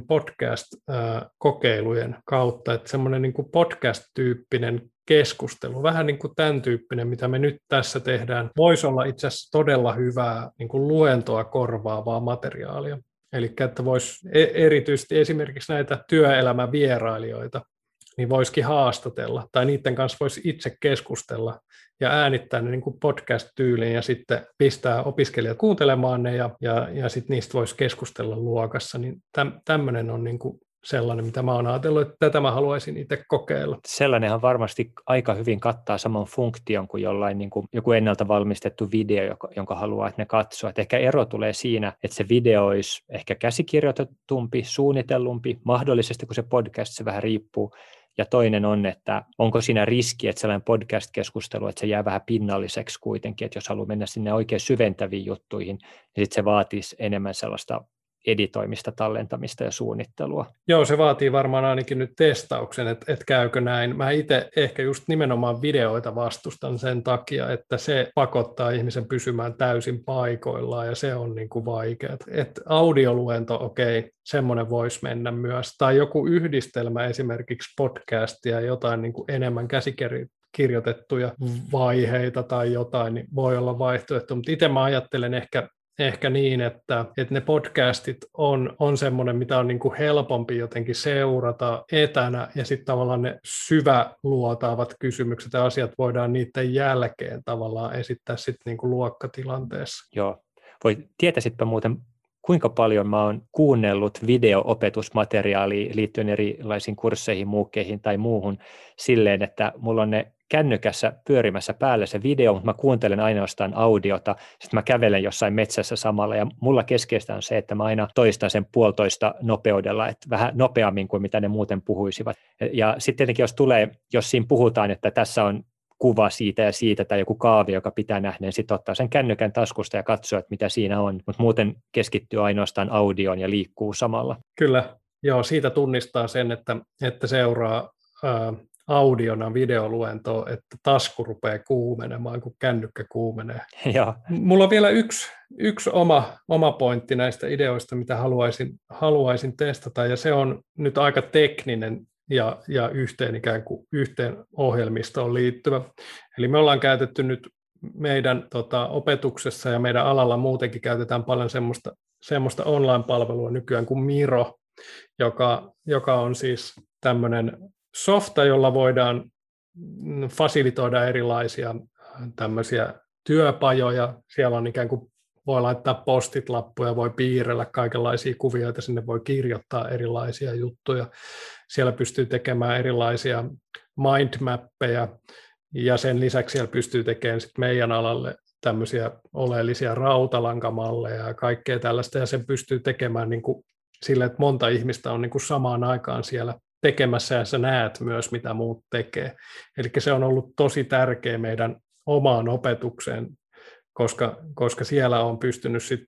podcast-kokeilujen kautta, että semmoinen niin kuin podcast-tyyppinen keskustelu, vähän niin kuin tämän tyyppinen, mitä me nyt tässä tehdään, voisi olla itse asiassa todella hyvää niin kuin luentoa korvaavaa materiaalia. Eli että voisi erityisesti esimerkiksi näitä työelämän vierailijoita, niin voisikin haastatella, tai niiden kanssa voisi itse keskustella ja äänittää ne niin kuin podcast-tyyliin ja sitten pistää opiskelijat kuuntelemaan ne ja sitten niistä voisi keskustella luokassa. Niin tämmöinen on niin kuin sellainen, mitä mä oon ajatellut, että tätä mä haluaisin itse kokeilla. Sellainenhan varmasti aika hyvin kattaa saman funktion kuin joku ennalta valmistettu video, jonka haluaa, että ne katsoo. Et ehkä ero tulee siinä, että se video olisi ehkä käsikirjoitetumpi, suunnitellumpi, mahdollisesti kun se podcast, se vähän riippuu, Ja toinen on, että onko siinä riski, että sellainen podcast-keskustelu, että se jää vähän pinnalliseksi kuitenkin, että jos haluaa mennä sinne oikein syventäviin juttuihin, niin sitten se vaatisi enemmän sellaista editoimista, tallentamista ja suunnittelua. Joo, se vaatii varmaan ainakin nyt testauksen, että käykö näin. Mä itse ehkä just nimenomaan videoita vastustan sen takia, että se pakottaa ihmisen pysymään täysin paikoillaan ja se on niin kuin vaikeaa. Että audioluento, okei, semmoinen voisi mennä myös. Tai joku yhdistelmä, esimerkiksi podcastia ja jotain niin kuin enemmän käsikirjoitettuja vaiheita tai jotain, niin voi olla vaihtoehto. Mutta itse mä ajattelen ehkä niin, että ne podcastit on semmoinen, mitä on niin kuin helpompi jotenkin seurata etänä, ja sitten tavallaan ne syväluotaavat kysymykset ja asiat voidaan niiden jälkeen tavallaan esittää sitten niin kuin luokkatilanteessa. Joo. Tietäisitpä muuten, kuinka paljon mä oon kuunnellut video-opetusmateriaalia liittyen erilaisiin kursseihin, muukkeihin tai muuhun silleen, että mulla on ne kännykässä pyörimässä päällä se video, mutta mä kuuntelen ainoastaan audiota, sitten mä kävelen jossain metsässä samalla, ja mulla keskeistä on se, että mä aina toistan sen 1,5 nopeudella, että vähän nopeammin kuin mitä ne muuten puhuisivat. Ja sitten tietenkin, jos siinä puhutaan, että tässä on kuva siitä ja siitä tai joku kaavio, joka pitää nähdä, niin sitten ottaa sen kännykän taskusta ja katsoo, että mitä siinä on, mutta muuten keskittyy ainoastaan audioon ja liikkuu samalla. Kyllä, joo, siitä tunnistaa sen, että seuraa audiona videoluentoa, että tasku rupeaa kuumenemaan, kun kännykkä kuumenee. Ja. Mulla on vielä yksi oma pointti näistä ideoista, mitä haluaisin testata, ja se on nyt aika tekninen ja yhteen ohjelmistoon liittyvä. Eli me ollaan käytetty nyt meidän opetuksessa ja meidän alalla muutenkin käytetään paljon semmoista online-palvelua nykyään kuin Miro, joka on siis tämmöinen softa, jolla voidaan fasilitoida erilaisia tämmöisiä työpajoja. Siellä on ikään kuin voi laittaa postit-lappuja, voi piirrellä kaikenlaisia kuvioita, sinne voi kirjoittaa erilaisia juttuja. Siellä pystyy tekemään erilaisia mindmappeja, ja sen lisäksi siellä pystyy tekemään sit meidän alalle tämmöisiä oleellisia rautalankamalleja ja kaikkea tällaista, ja sen pystyy tekemään niin kuin sillä, että monta ihmistä on niin kuin samaan aikaan siellä tekemässä, ja sä näet myös, mitä muut tekee. Eli se on ollut tosi tärkeä meidän omaan opetukseen, koska siellä on pystynyt sit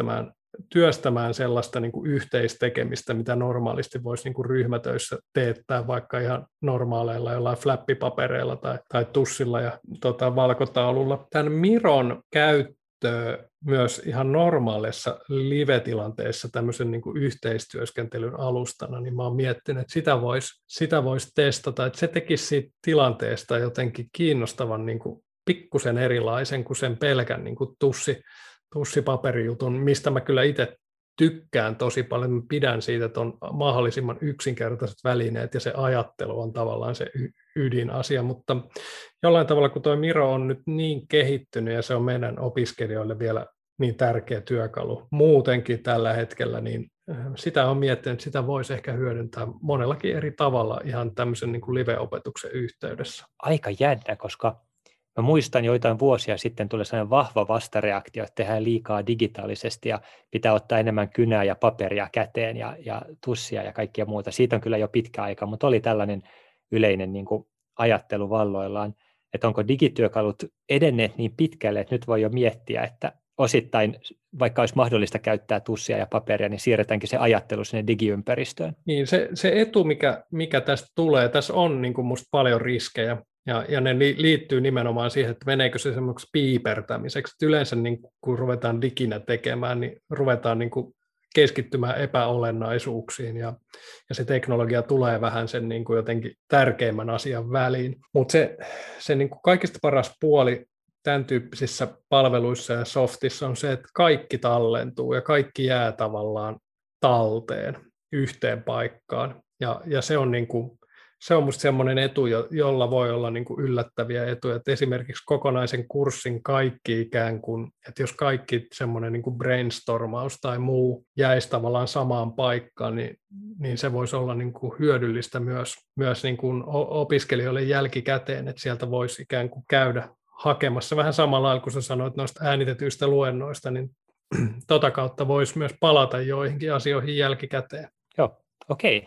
työstämään sellaista niin kuin yhteistekemistä, mitä normaalisti voisi niin kuin ryhmätöissä teettää vaikka ihan normaaleilla jollain flappipapereilla tai tussilla ja valkotaululla. Tämän Miron käyttöä myös ihan normaaleissa live-tilanteissa tämmöisen niin kuin yhteistyöskentelyn alustana, niin mä oon miettinyt, että sitä voisi testata, että se tekisi siitä tilanteesta jotenkin kiinnostavan niin kuin pikkusen erilaisen kuin sen pelkän niin kuin tussipaperijutun, mistä mä kyllä itse tykkään tosi paljon. Mä pidän siitä, että on mahdollisimman yksinkertaiset välineet ja se ajattelu on tavallaan se ydinasia, mutta jollain tavalla kun tuo Miro on nyt niin kehittynyt ja se on meidän opiskelijoille vielä niin tärkeä työkalu muutenkin tällä hetkellä, niin sitä on miettinyt, että sitä voisi ehkä hyödyntää monellakin eri tavalla ihan tämmöisen niin kuin live-opetuksen yhteydessä. Aika jännä, koska mä muistan joitain vuosia sitten tuli sellainen vahva vastareaktio, että tehdään liikaa digitaalisesti ja pitää ottaa enemmän kynää ja paperia käteen ja tussia ja kaikkia muuta. Siitä on kyllä jo pitkä aika, mutta oli tällainen yleinen niin kuin ajattelu valloillaan, että onko digityökalut edenneet niin pitkälle, että nyt voi jo miettiä, että osittain, vaikka olisi mahdollista käyttää tussia ja paperia, niin siirretäänkin se ajattelu sinne digiympäristöön. Niin, se etu, mikä tästä tulee, tässä on niin kuin musta paljon riskejä. Ja ne liittyy nimenomaan siihen, että meneekö se semmoiksi piipertämiseksi. Että yleensä niin kun ruvetaan diginä tekemään, niin ruvetaan niin kuin keskittymään epäolennaisuuksiin ja se teknologia tulee vähän sen niin kuin jotenkin tärkeimmän asian väliin. Mutta se niin kuin kaikista paras puoli tämän tyyppisissä palveluissa ja softissa on se, että kaikki tallentuu ja kaikki jää tavallaan talteen yhteen paikkaan. Ja se on niin kuin se on musta semmoinen etu, jolla voi olla niin kuin yllättäviä etuja, että esimerkiksi kokonaisen kurssin kaikki ikään kuin, että jos kaikki semmoinen niin kuin brainstormaus tai muu jäisi tavallaan samaan paikkaan, niin se voisi olla niin kuin hyödyllistä myös niin kuin opiskelijoille jälkikäteen, että sieltä voisi ikään kuin käydä hakemassa vähän samalla lailla, kun sä sanoit noista äänitetyistä luennoista, niin tota kautta voisi myös palata joihinkin asioihin jälkikäteen. Joo, okei.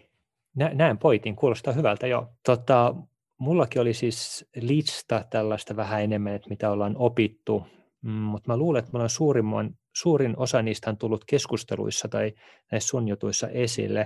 Näin poitin, kuulostaa hyvältä, joo. Mullakin oli siis lista tällaista vähän enemmän, että mitä ollaan opittu, mutta mä luulen, että mulla on suurin osa niistä on tullut keskusteluissa tai näissä sun jutuissa esille.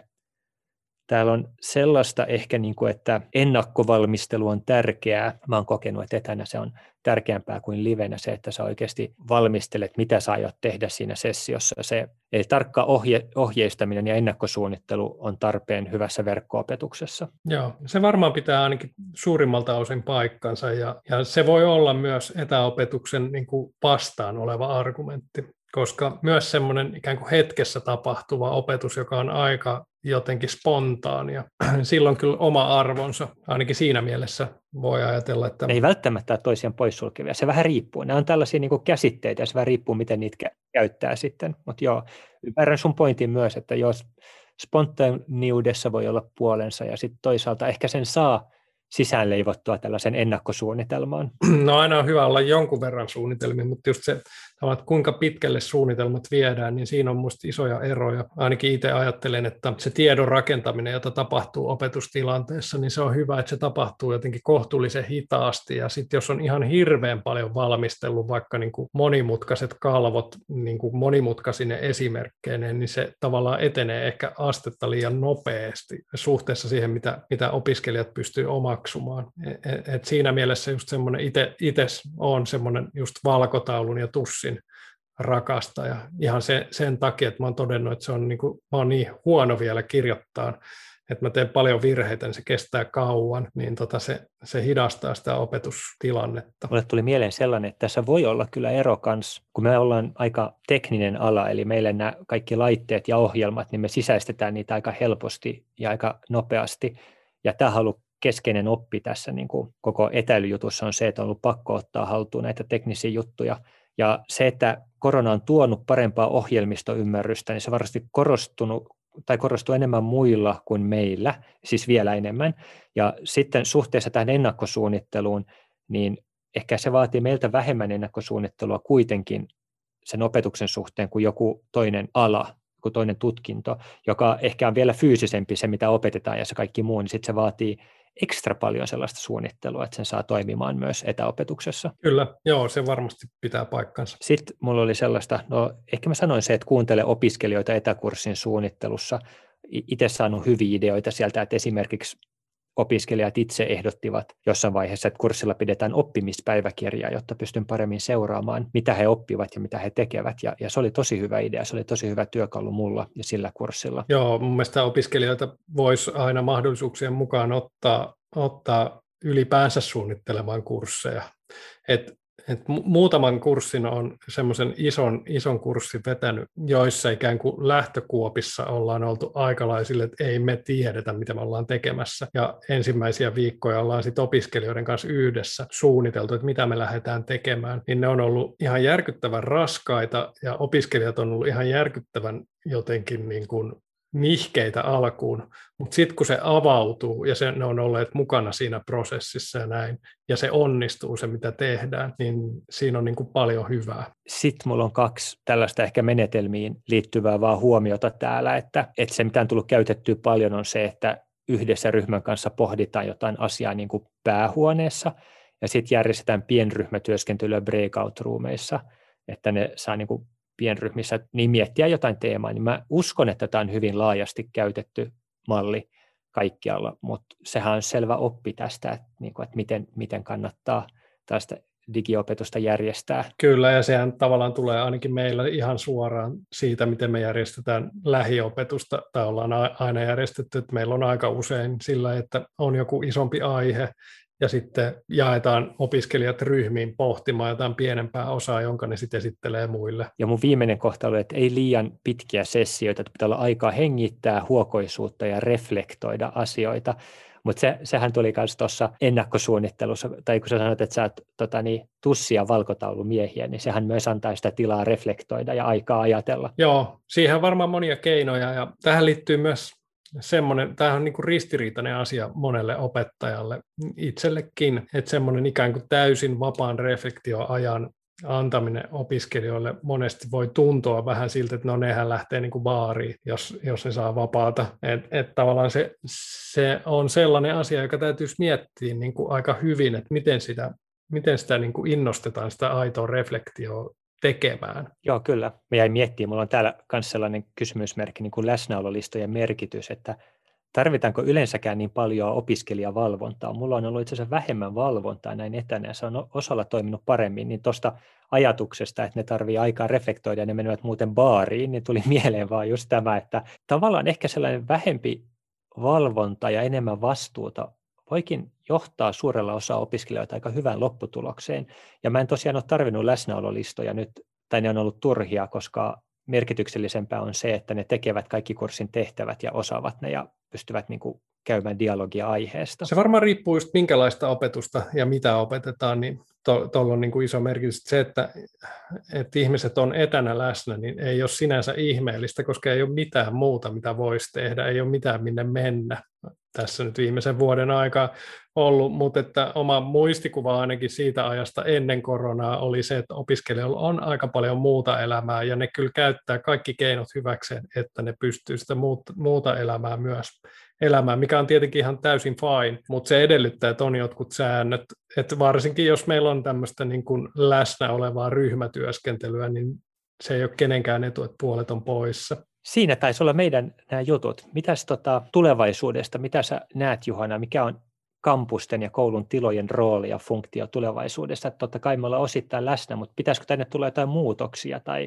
Täällä on sellaista ehkä, että ennakkovalmistelu on tärkeää. Mä oon kokenut, että etänä se on tärkeämpää kuin livenä se, että sä oikeasti valmistelet, mitä sä aiot tehdä siinä sessiossa. Eli tarkka ohjeistaminen ja ennakkosuunnittelu on tarpeen hyvässä verkko-opetuksessa. Joo, se varmaan pitää ainakin suurimmalta osin paikkansa ja se voi olla myös etäopetuksen niin kuin vastaan oleva argumentti, koska myös semmoinen ikään kuin hetkessä tapahtuva opetus, joka on aika jotenkin spontaania, sillä on kyllä oma arvonsa, ainakin siinä mielessä voi ajatella, että... Ne ei välttämättä ole toisiaan poissulkevia, se vähän riippuu. Nämä on tällaisia niin kuin käsitteitä ja se vähän riippuu, miten niitä käyttää sitten. Mutta joo, ymmärrän sun pointin myös, että jos spontaaniudessa voi olla puolensa ja sitten toisaalta ehkä sen saa sisään leivottua tällaisen ennakkosuunnitelmaan. No aina on hyvä olla jonkun verran suunnitelmia, mutta just se, että kuinka pitkälle suunnitelmat viedään, niin siinä on minusta isoja eroja. Ainakin itse ajattelen, että se tiedon rakentaminen, jota tapahtuu opetustilanteessa, niin se on hyvä, että se tapahtuu jotenkin kohtuullisen hitaasti. Ja sitten jos on ihan hirveän paljon valmistellut vaikka niin kuin monimutkaiset kalvot niin kuin monimutkaisine esimerkkeineen, niin se tavallaan etenee ehkä astetta liian nopeasti suhteessa siihen, mitä opiskelijat pystyy omaksumaan. Et siinä mielessä just semmoinen itse on semmoinen just valkotaulun ja tussin rakastaja. Ihan sen takia, että mä oon todennut, että mä oon niin huono vielä kirjoittaa, että mä teen paljon virheitä, niin se kestää kauan, niin se hidastaa sitä opetustilannetta. Mulle tuli mieleen sellainen, että tässä voi olla kyllä ero kanssa, kun me ollaan aika tekninen ala, eli meille nämä kaikki laitteet ja ohjelmat, niin me sisäistetään niitä aika helposti ja aika nopeasti, ja tämä on ollut keskeinen oppi tässä niin kuin koko etäilyjutussa on se, että on ollut pakko ottaa haltuun näitä teknisiä juttuja. Ja se, että korona on tuonut parempaa ohjelmistoymmärrystä, niin se varmasti korostuu enemmän muilla kuin meillä, siis vielä enemmän. Ja sitten suhteessa tähän ennakkosuunnitteluun, niin ehkä se vaatii meiltä vähemmän ennakkosuunnittelua kuitenkin sen opetuksen suhteen kuin joku toinen ala, kuin toinen tutkinto, joka ehkä on vielä fyysisempi se, mitä opetetaan ja se kaikki muu, niin sitten se vaatii ekstra paljon sellaista suunnittelua, että sen saa toimimaan myös etäopetuksessa. Kyllä, joo, se varmasti pitää paikkansa. Sitten mulla oli sellaista, ehkä mä sanoin se, että kuuntele opiskelijoita etäkurssin suunnittelussa. Itse saanut hyviä ideoita sieltä, että esimerkiksi opiskelijat itse ehdottivat jossain vaiheessa, että kurssilla pidetään oppimispäiväkirjaa, jotta pystyn paremmin seuraamaan, mitä he oppivat ja mitä he tekevät. Ja se oli tosi hyvä idea, se oli tosi hyvä työkalu mulla ja sillä kurssilla. Joo, mun mielestä opiskelijoita voisi aina mahdollisuuksien mukaan ottaa ylipäänsä suunnittelemaan kursseja. Muutaman kurssin on semmoisen ison kurssin vetänyt, joissa ikään kuin lähtökuopissa ollaan oltu aikalaisille, että ei me tiedetä, mitä me ollaan tekemässä. Ja ensimmäisiä viikkoja ollaan sitten opiskelijoiden kanssa yhdessä suunniteltu, että mitä me lähdetään tekemään. Niin ne on ollut ihan järkyttävän raskaita ja opiskelijat on ollut ihan järkyttävän jotenkin niin kuin nihkeitä alkuun, mutta sitten kun se avautuu ja ne on olleet mukana siinä prosessissa ja näin, ja se onnistuu se, mitä tehdään, niin siinä on niin kuin paljon hyvää. Sitten mulla on 2 tällaista ehkä menetelmiin liittyvää vaan huomiota täällä, että se mitä on tullut käytettyä paljon on se, että yhdessä ryhmän kanssa pohditaan jotain asiaa niin kuin päähuoneessa, ja sitten järjestetään pienryhmätyöskentelyä breakout-roomeissa, että ne saa niin kuin pienryhmissä niin miettiä jotain teemaa, niin mä uskon, että tämä on hyvin laajasti käytetty malli kaikkialla, mutta sehän on selvä oppi tästä, että miten kannattaa tästä digiopetusta järjestää. Kyllä, ja sehän tavallaan tulee ainakin meillä ihan suoraan siitä, miten me järjestetään lähiopetusta, tai ollaan aina järjestetty, että meillä on aika usein sillä, että on joku isompi aihe, ja sitten jaetaan opiskelijat ryhmiin pohtimaan jotain pienempää osaa, jonka ne sitten esittelee muille. Ja mun viimeinen kohta oli, että ei liian pitkiä sessioita, että pitää olla aikaa hengittää huokoisuutta ja reflektoida asioita. Mutta sehän tuli myös tuossa ennakkosuunnittelussa, tai kun sä sanoit, että sä oot tussia valkotaulumiehiä, niin sehän myös antaa sitä tilaa reflektoida ja aikaa ajatella. Joo, siihen on varmaan monia keinoja, ja tähän liittyy myös tämähän on niin kuin ristiriitainen asia monelle opettajalle itsellekin, että semmoinen ikään kuin täysin vapaan reflektioajan antaminen opiskelijoille monesti voi tuntua vähän siltä, että no nehän lähtee niin kuin baariin, jos ne saa vapaata. Et tavallaan se on sellainen asia, joka täytyisi miettiä niin kuin aika hyvin, että miten sitä niin kuin innostetaan sitä aitoa reflektioa tekemään. Joo, kyllä. Mä jäin miettimään, mulla on täällä myös sellainen kysymysmerkki, niin kuin läsnäololistojen merkitys, että tarvitaanko yleensäkään niin paljon opiskelijavalvontaa? Mulla on ollut itse asiassa vähemmän valvontaa näin etänä, ja se on osalla toiminut paremmin, niin tuosta ajatuksesta, että ne tarvii aikaa reflektoida ja ne menevät muuten baariin, niin tuli mieleen vaan just tämä, että tavallaan ehkä sellainen vähempi valvonta ja enemmän vastuuta voikin johtaa suurella osaa opiskelijoita aika hyvään lopputulokseen, ja mä en tosiaan ole tarvinnut läsnäololistoja nyt, tai ne on ollut turhia, koska merkityksellisempää on se, että ne tekevät kaikki kurssin tehtävät ja osaavat ne ja pystyvät niin kuin käymään dialogia aiheesta. Se varmaan riippuu just minkälaista opetusta ja mitä opetetaan, niin tuolla on niin kuin iso merkitys. Se, että ihmiset on etänä läsnä, niin ei ole sinänsä ihmeellistä, koska ei ole mitään muuta, mitä voisi tehdä, ei ole mitään minne mennä. Tässä nyt viimeisen vuoden aikaa ollut, mutta että oma muistikuva ainakin siitä ajasta ennen koronaa oli se, että opiskelijoilla on aika paljon muuta elämää ja ne kyllä käyttää kaikki keinot hyväkseen, että ne pystyy sitä muuta elämää myös elämään, mikä on tietenkin ihan täysin fine, mutta se edellyttää, että on jotkut säännöt, että varsinkin jos meillä on tämmöistä niin kuin läsnä olevaa ryhmätyöskentelyä, niin se ei ole kenenkään etu, että puolet on poissa. Siinä taisi olla meidän nämä jutut. Mitäs tulevaisuudesta, mitä sä näet, Juhana, mikä on kampusten ja koulun tilojen rooli ja funktio tulevaisuudessa? Että totta kai me ollaan osittain läsnä, mutta pitäisikö tänne tulla jotain muutoksia tai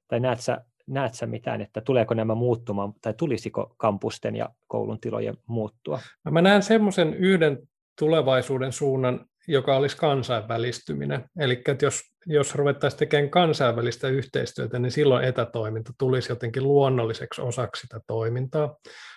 näet sä mitään, että tuleeko nämä muuttumaan tai tulisiko kampusten ja koulun tilojen muuttua? Mä näen semmoisen yhden tulevaisuuden suunnan, joka olisi kansainvälistyminen. Eli jos ruvettaisiin tekemään kansainvälistä yhteistyötä, niin silloin etätoiminta tulisi jotenkin luonnolliseksi osaksi sitä toimintaa.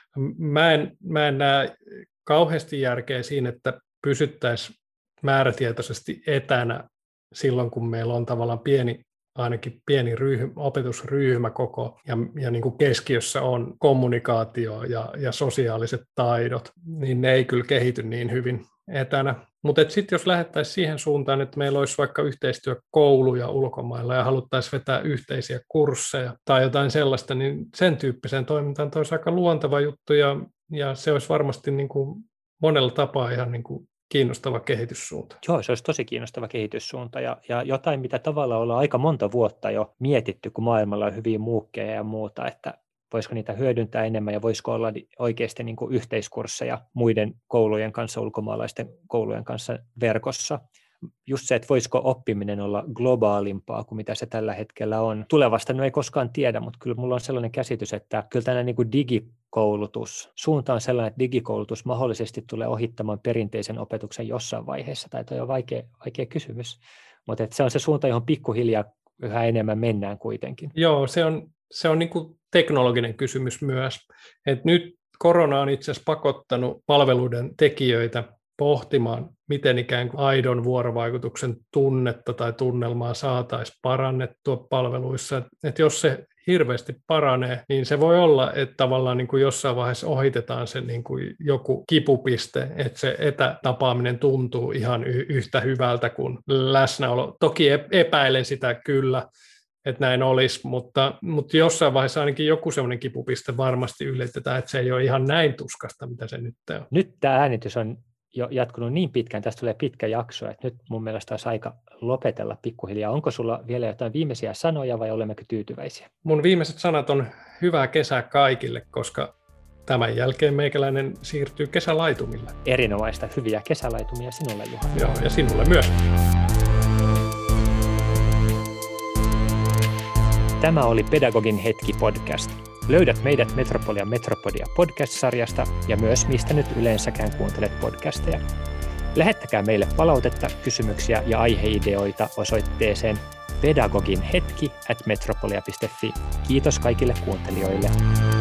Mä en näe kauheasti järkeä siinä, että pysyttäisiin määrätietoisesti etänä silloin, kun meillä on tavallaan ainakin pieni opetusryhmä koko ja niin kuin keskiössä on kommunikaatio ja sosiaaliset taidot, niin ne ei kyllä kehity niin hyvin etänä. Mutta sitten jos lähdettäisiin siihen suuntaan, että meillä olisi vaikka yhteistyökouluja ulkomailla ja haluttaisiin vetää yhteisiä kursseja tai jotain sellaista, niin sen tyyppiseen toimintaan olisi aika luonteva juttu ja se olisi varmasti niin kuin monella tapaa ihan niin kuin kiinnostava kehityssuunta. Joo, se olisi tosi kiinnostava kehityssuunta ja jotain, mitä tavallaan ollaan aika monta vuotta jo mietitty, kun maailmalla on hyviä muukkeja ja muuta, että voisiko niitä hyödyntää enemmän ja voisiko olla oikeasti niin kuin yhteiskursseja muiden koulujen kanssa, ulkomaalaisten koulujen kanssa verkossa. Just se, että voisiko oppiminen olla globaalimpaa kuin mitä se tällä hetkellä on. Tulevasta ei koskaan tiedä, mutta kyllä mulla on sellainen käsitys, että kyllä tällainen niin kuin digikoulutus, suunta on sellainen, että digikoulutus mahdollisesti tulee ohittamaan perinteisen opetuksen jossain vaiheessa, tai toi on vaikea kysymys, mutta se on se suunta, johon pikkuhiljaa yhä enemmän mennään kuitenkin. Joo, se on niin kuin teknologinen kysymys myös, että nyt korona on itse asiassa pakottanut palveluiden tekijöitä pohtimaan, miten ikään kuin aidon vuorovaikutuksen tunnetta tai tunnelmaa saataisiin parannettua palveluissa. Että jos se hirveästi paranee, niin se voi olla, että tavallaan niin kuin jossain vaiheessa ohitetaan se niin kuin joku kipupiste, että se etätapaaminen tuntuu ihan yhtä hyvältä kuin läsnäolo. Toki epäilen sitä kyllä, että näin olisi, mutta jossain vaiheessa ainakin joku sellainen kipupiste varmasti ylitetään, että se ei ole ihan näin tuskasta, mitä se nyt on. Nyt tämä äänitys on jo jatkunut niin pitkään, tästä tulee pitkä jakso, että nyt mun mielestä olisi aika lopetella pikkuhiljaa. Onko sulla vielä jotain viimeisiä sanoja vai olemmeko tyytyväisiä? Mun viimeiset sanat on hyvää kesää kaikille, koska tämän jälkeen meikäläinen siirtyy kesälaitumille. Erinomaista, hyviä kesälaitumia sinulle, Juha. Joo, ja sinulle myös. Tämä oli Pedagogin hetki podcast. Löydät meidät Metropolia Metropodia podcast-sarjasta ja myös mistä nyt yleensäkään kuuntelet podcasteja. Lähettäkää meille palautetta, kysymyksiä ja aiheideoita osoitteeseen pedagoginhetki@metropolia.fi. Kiitos kaikille kuuntelijoille.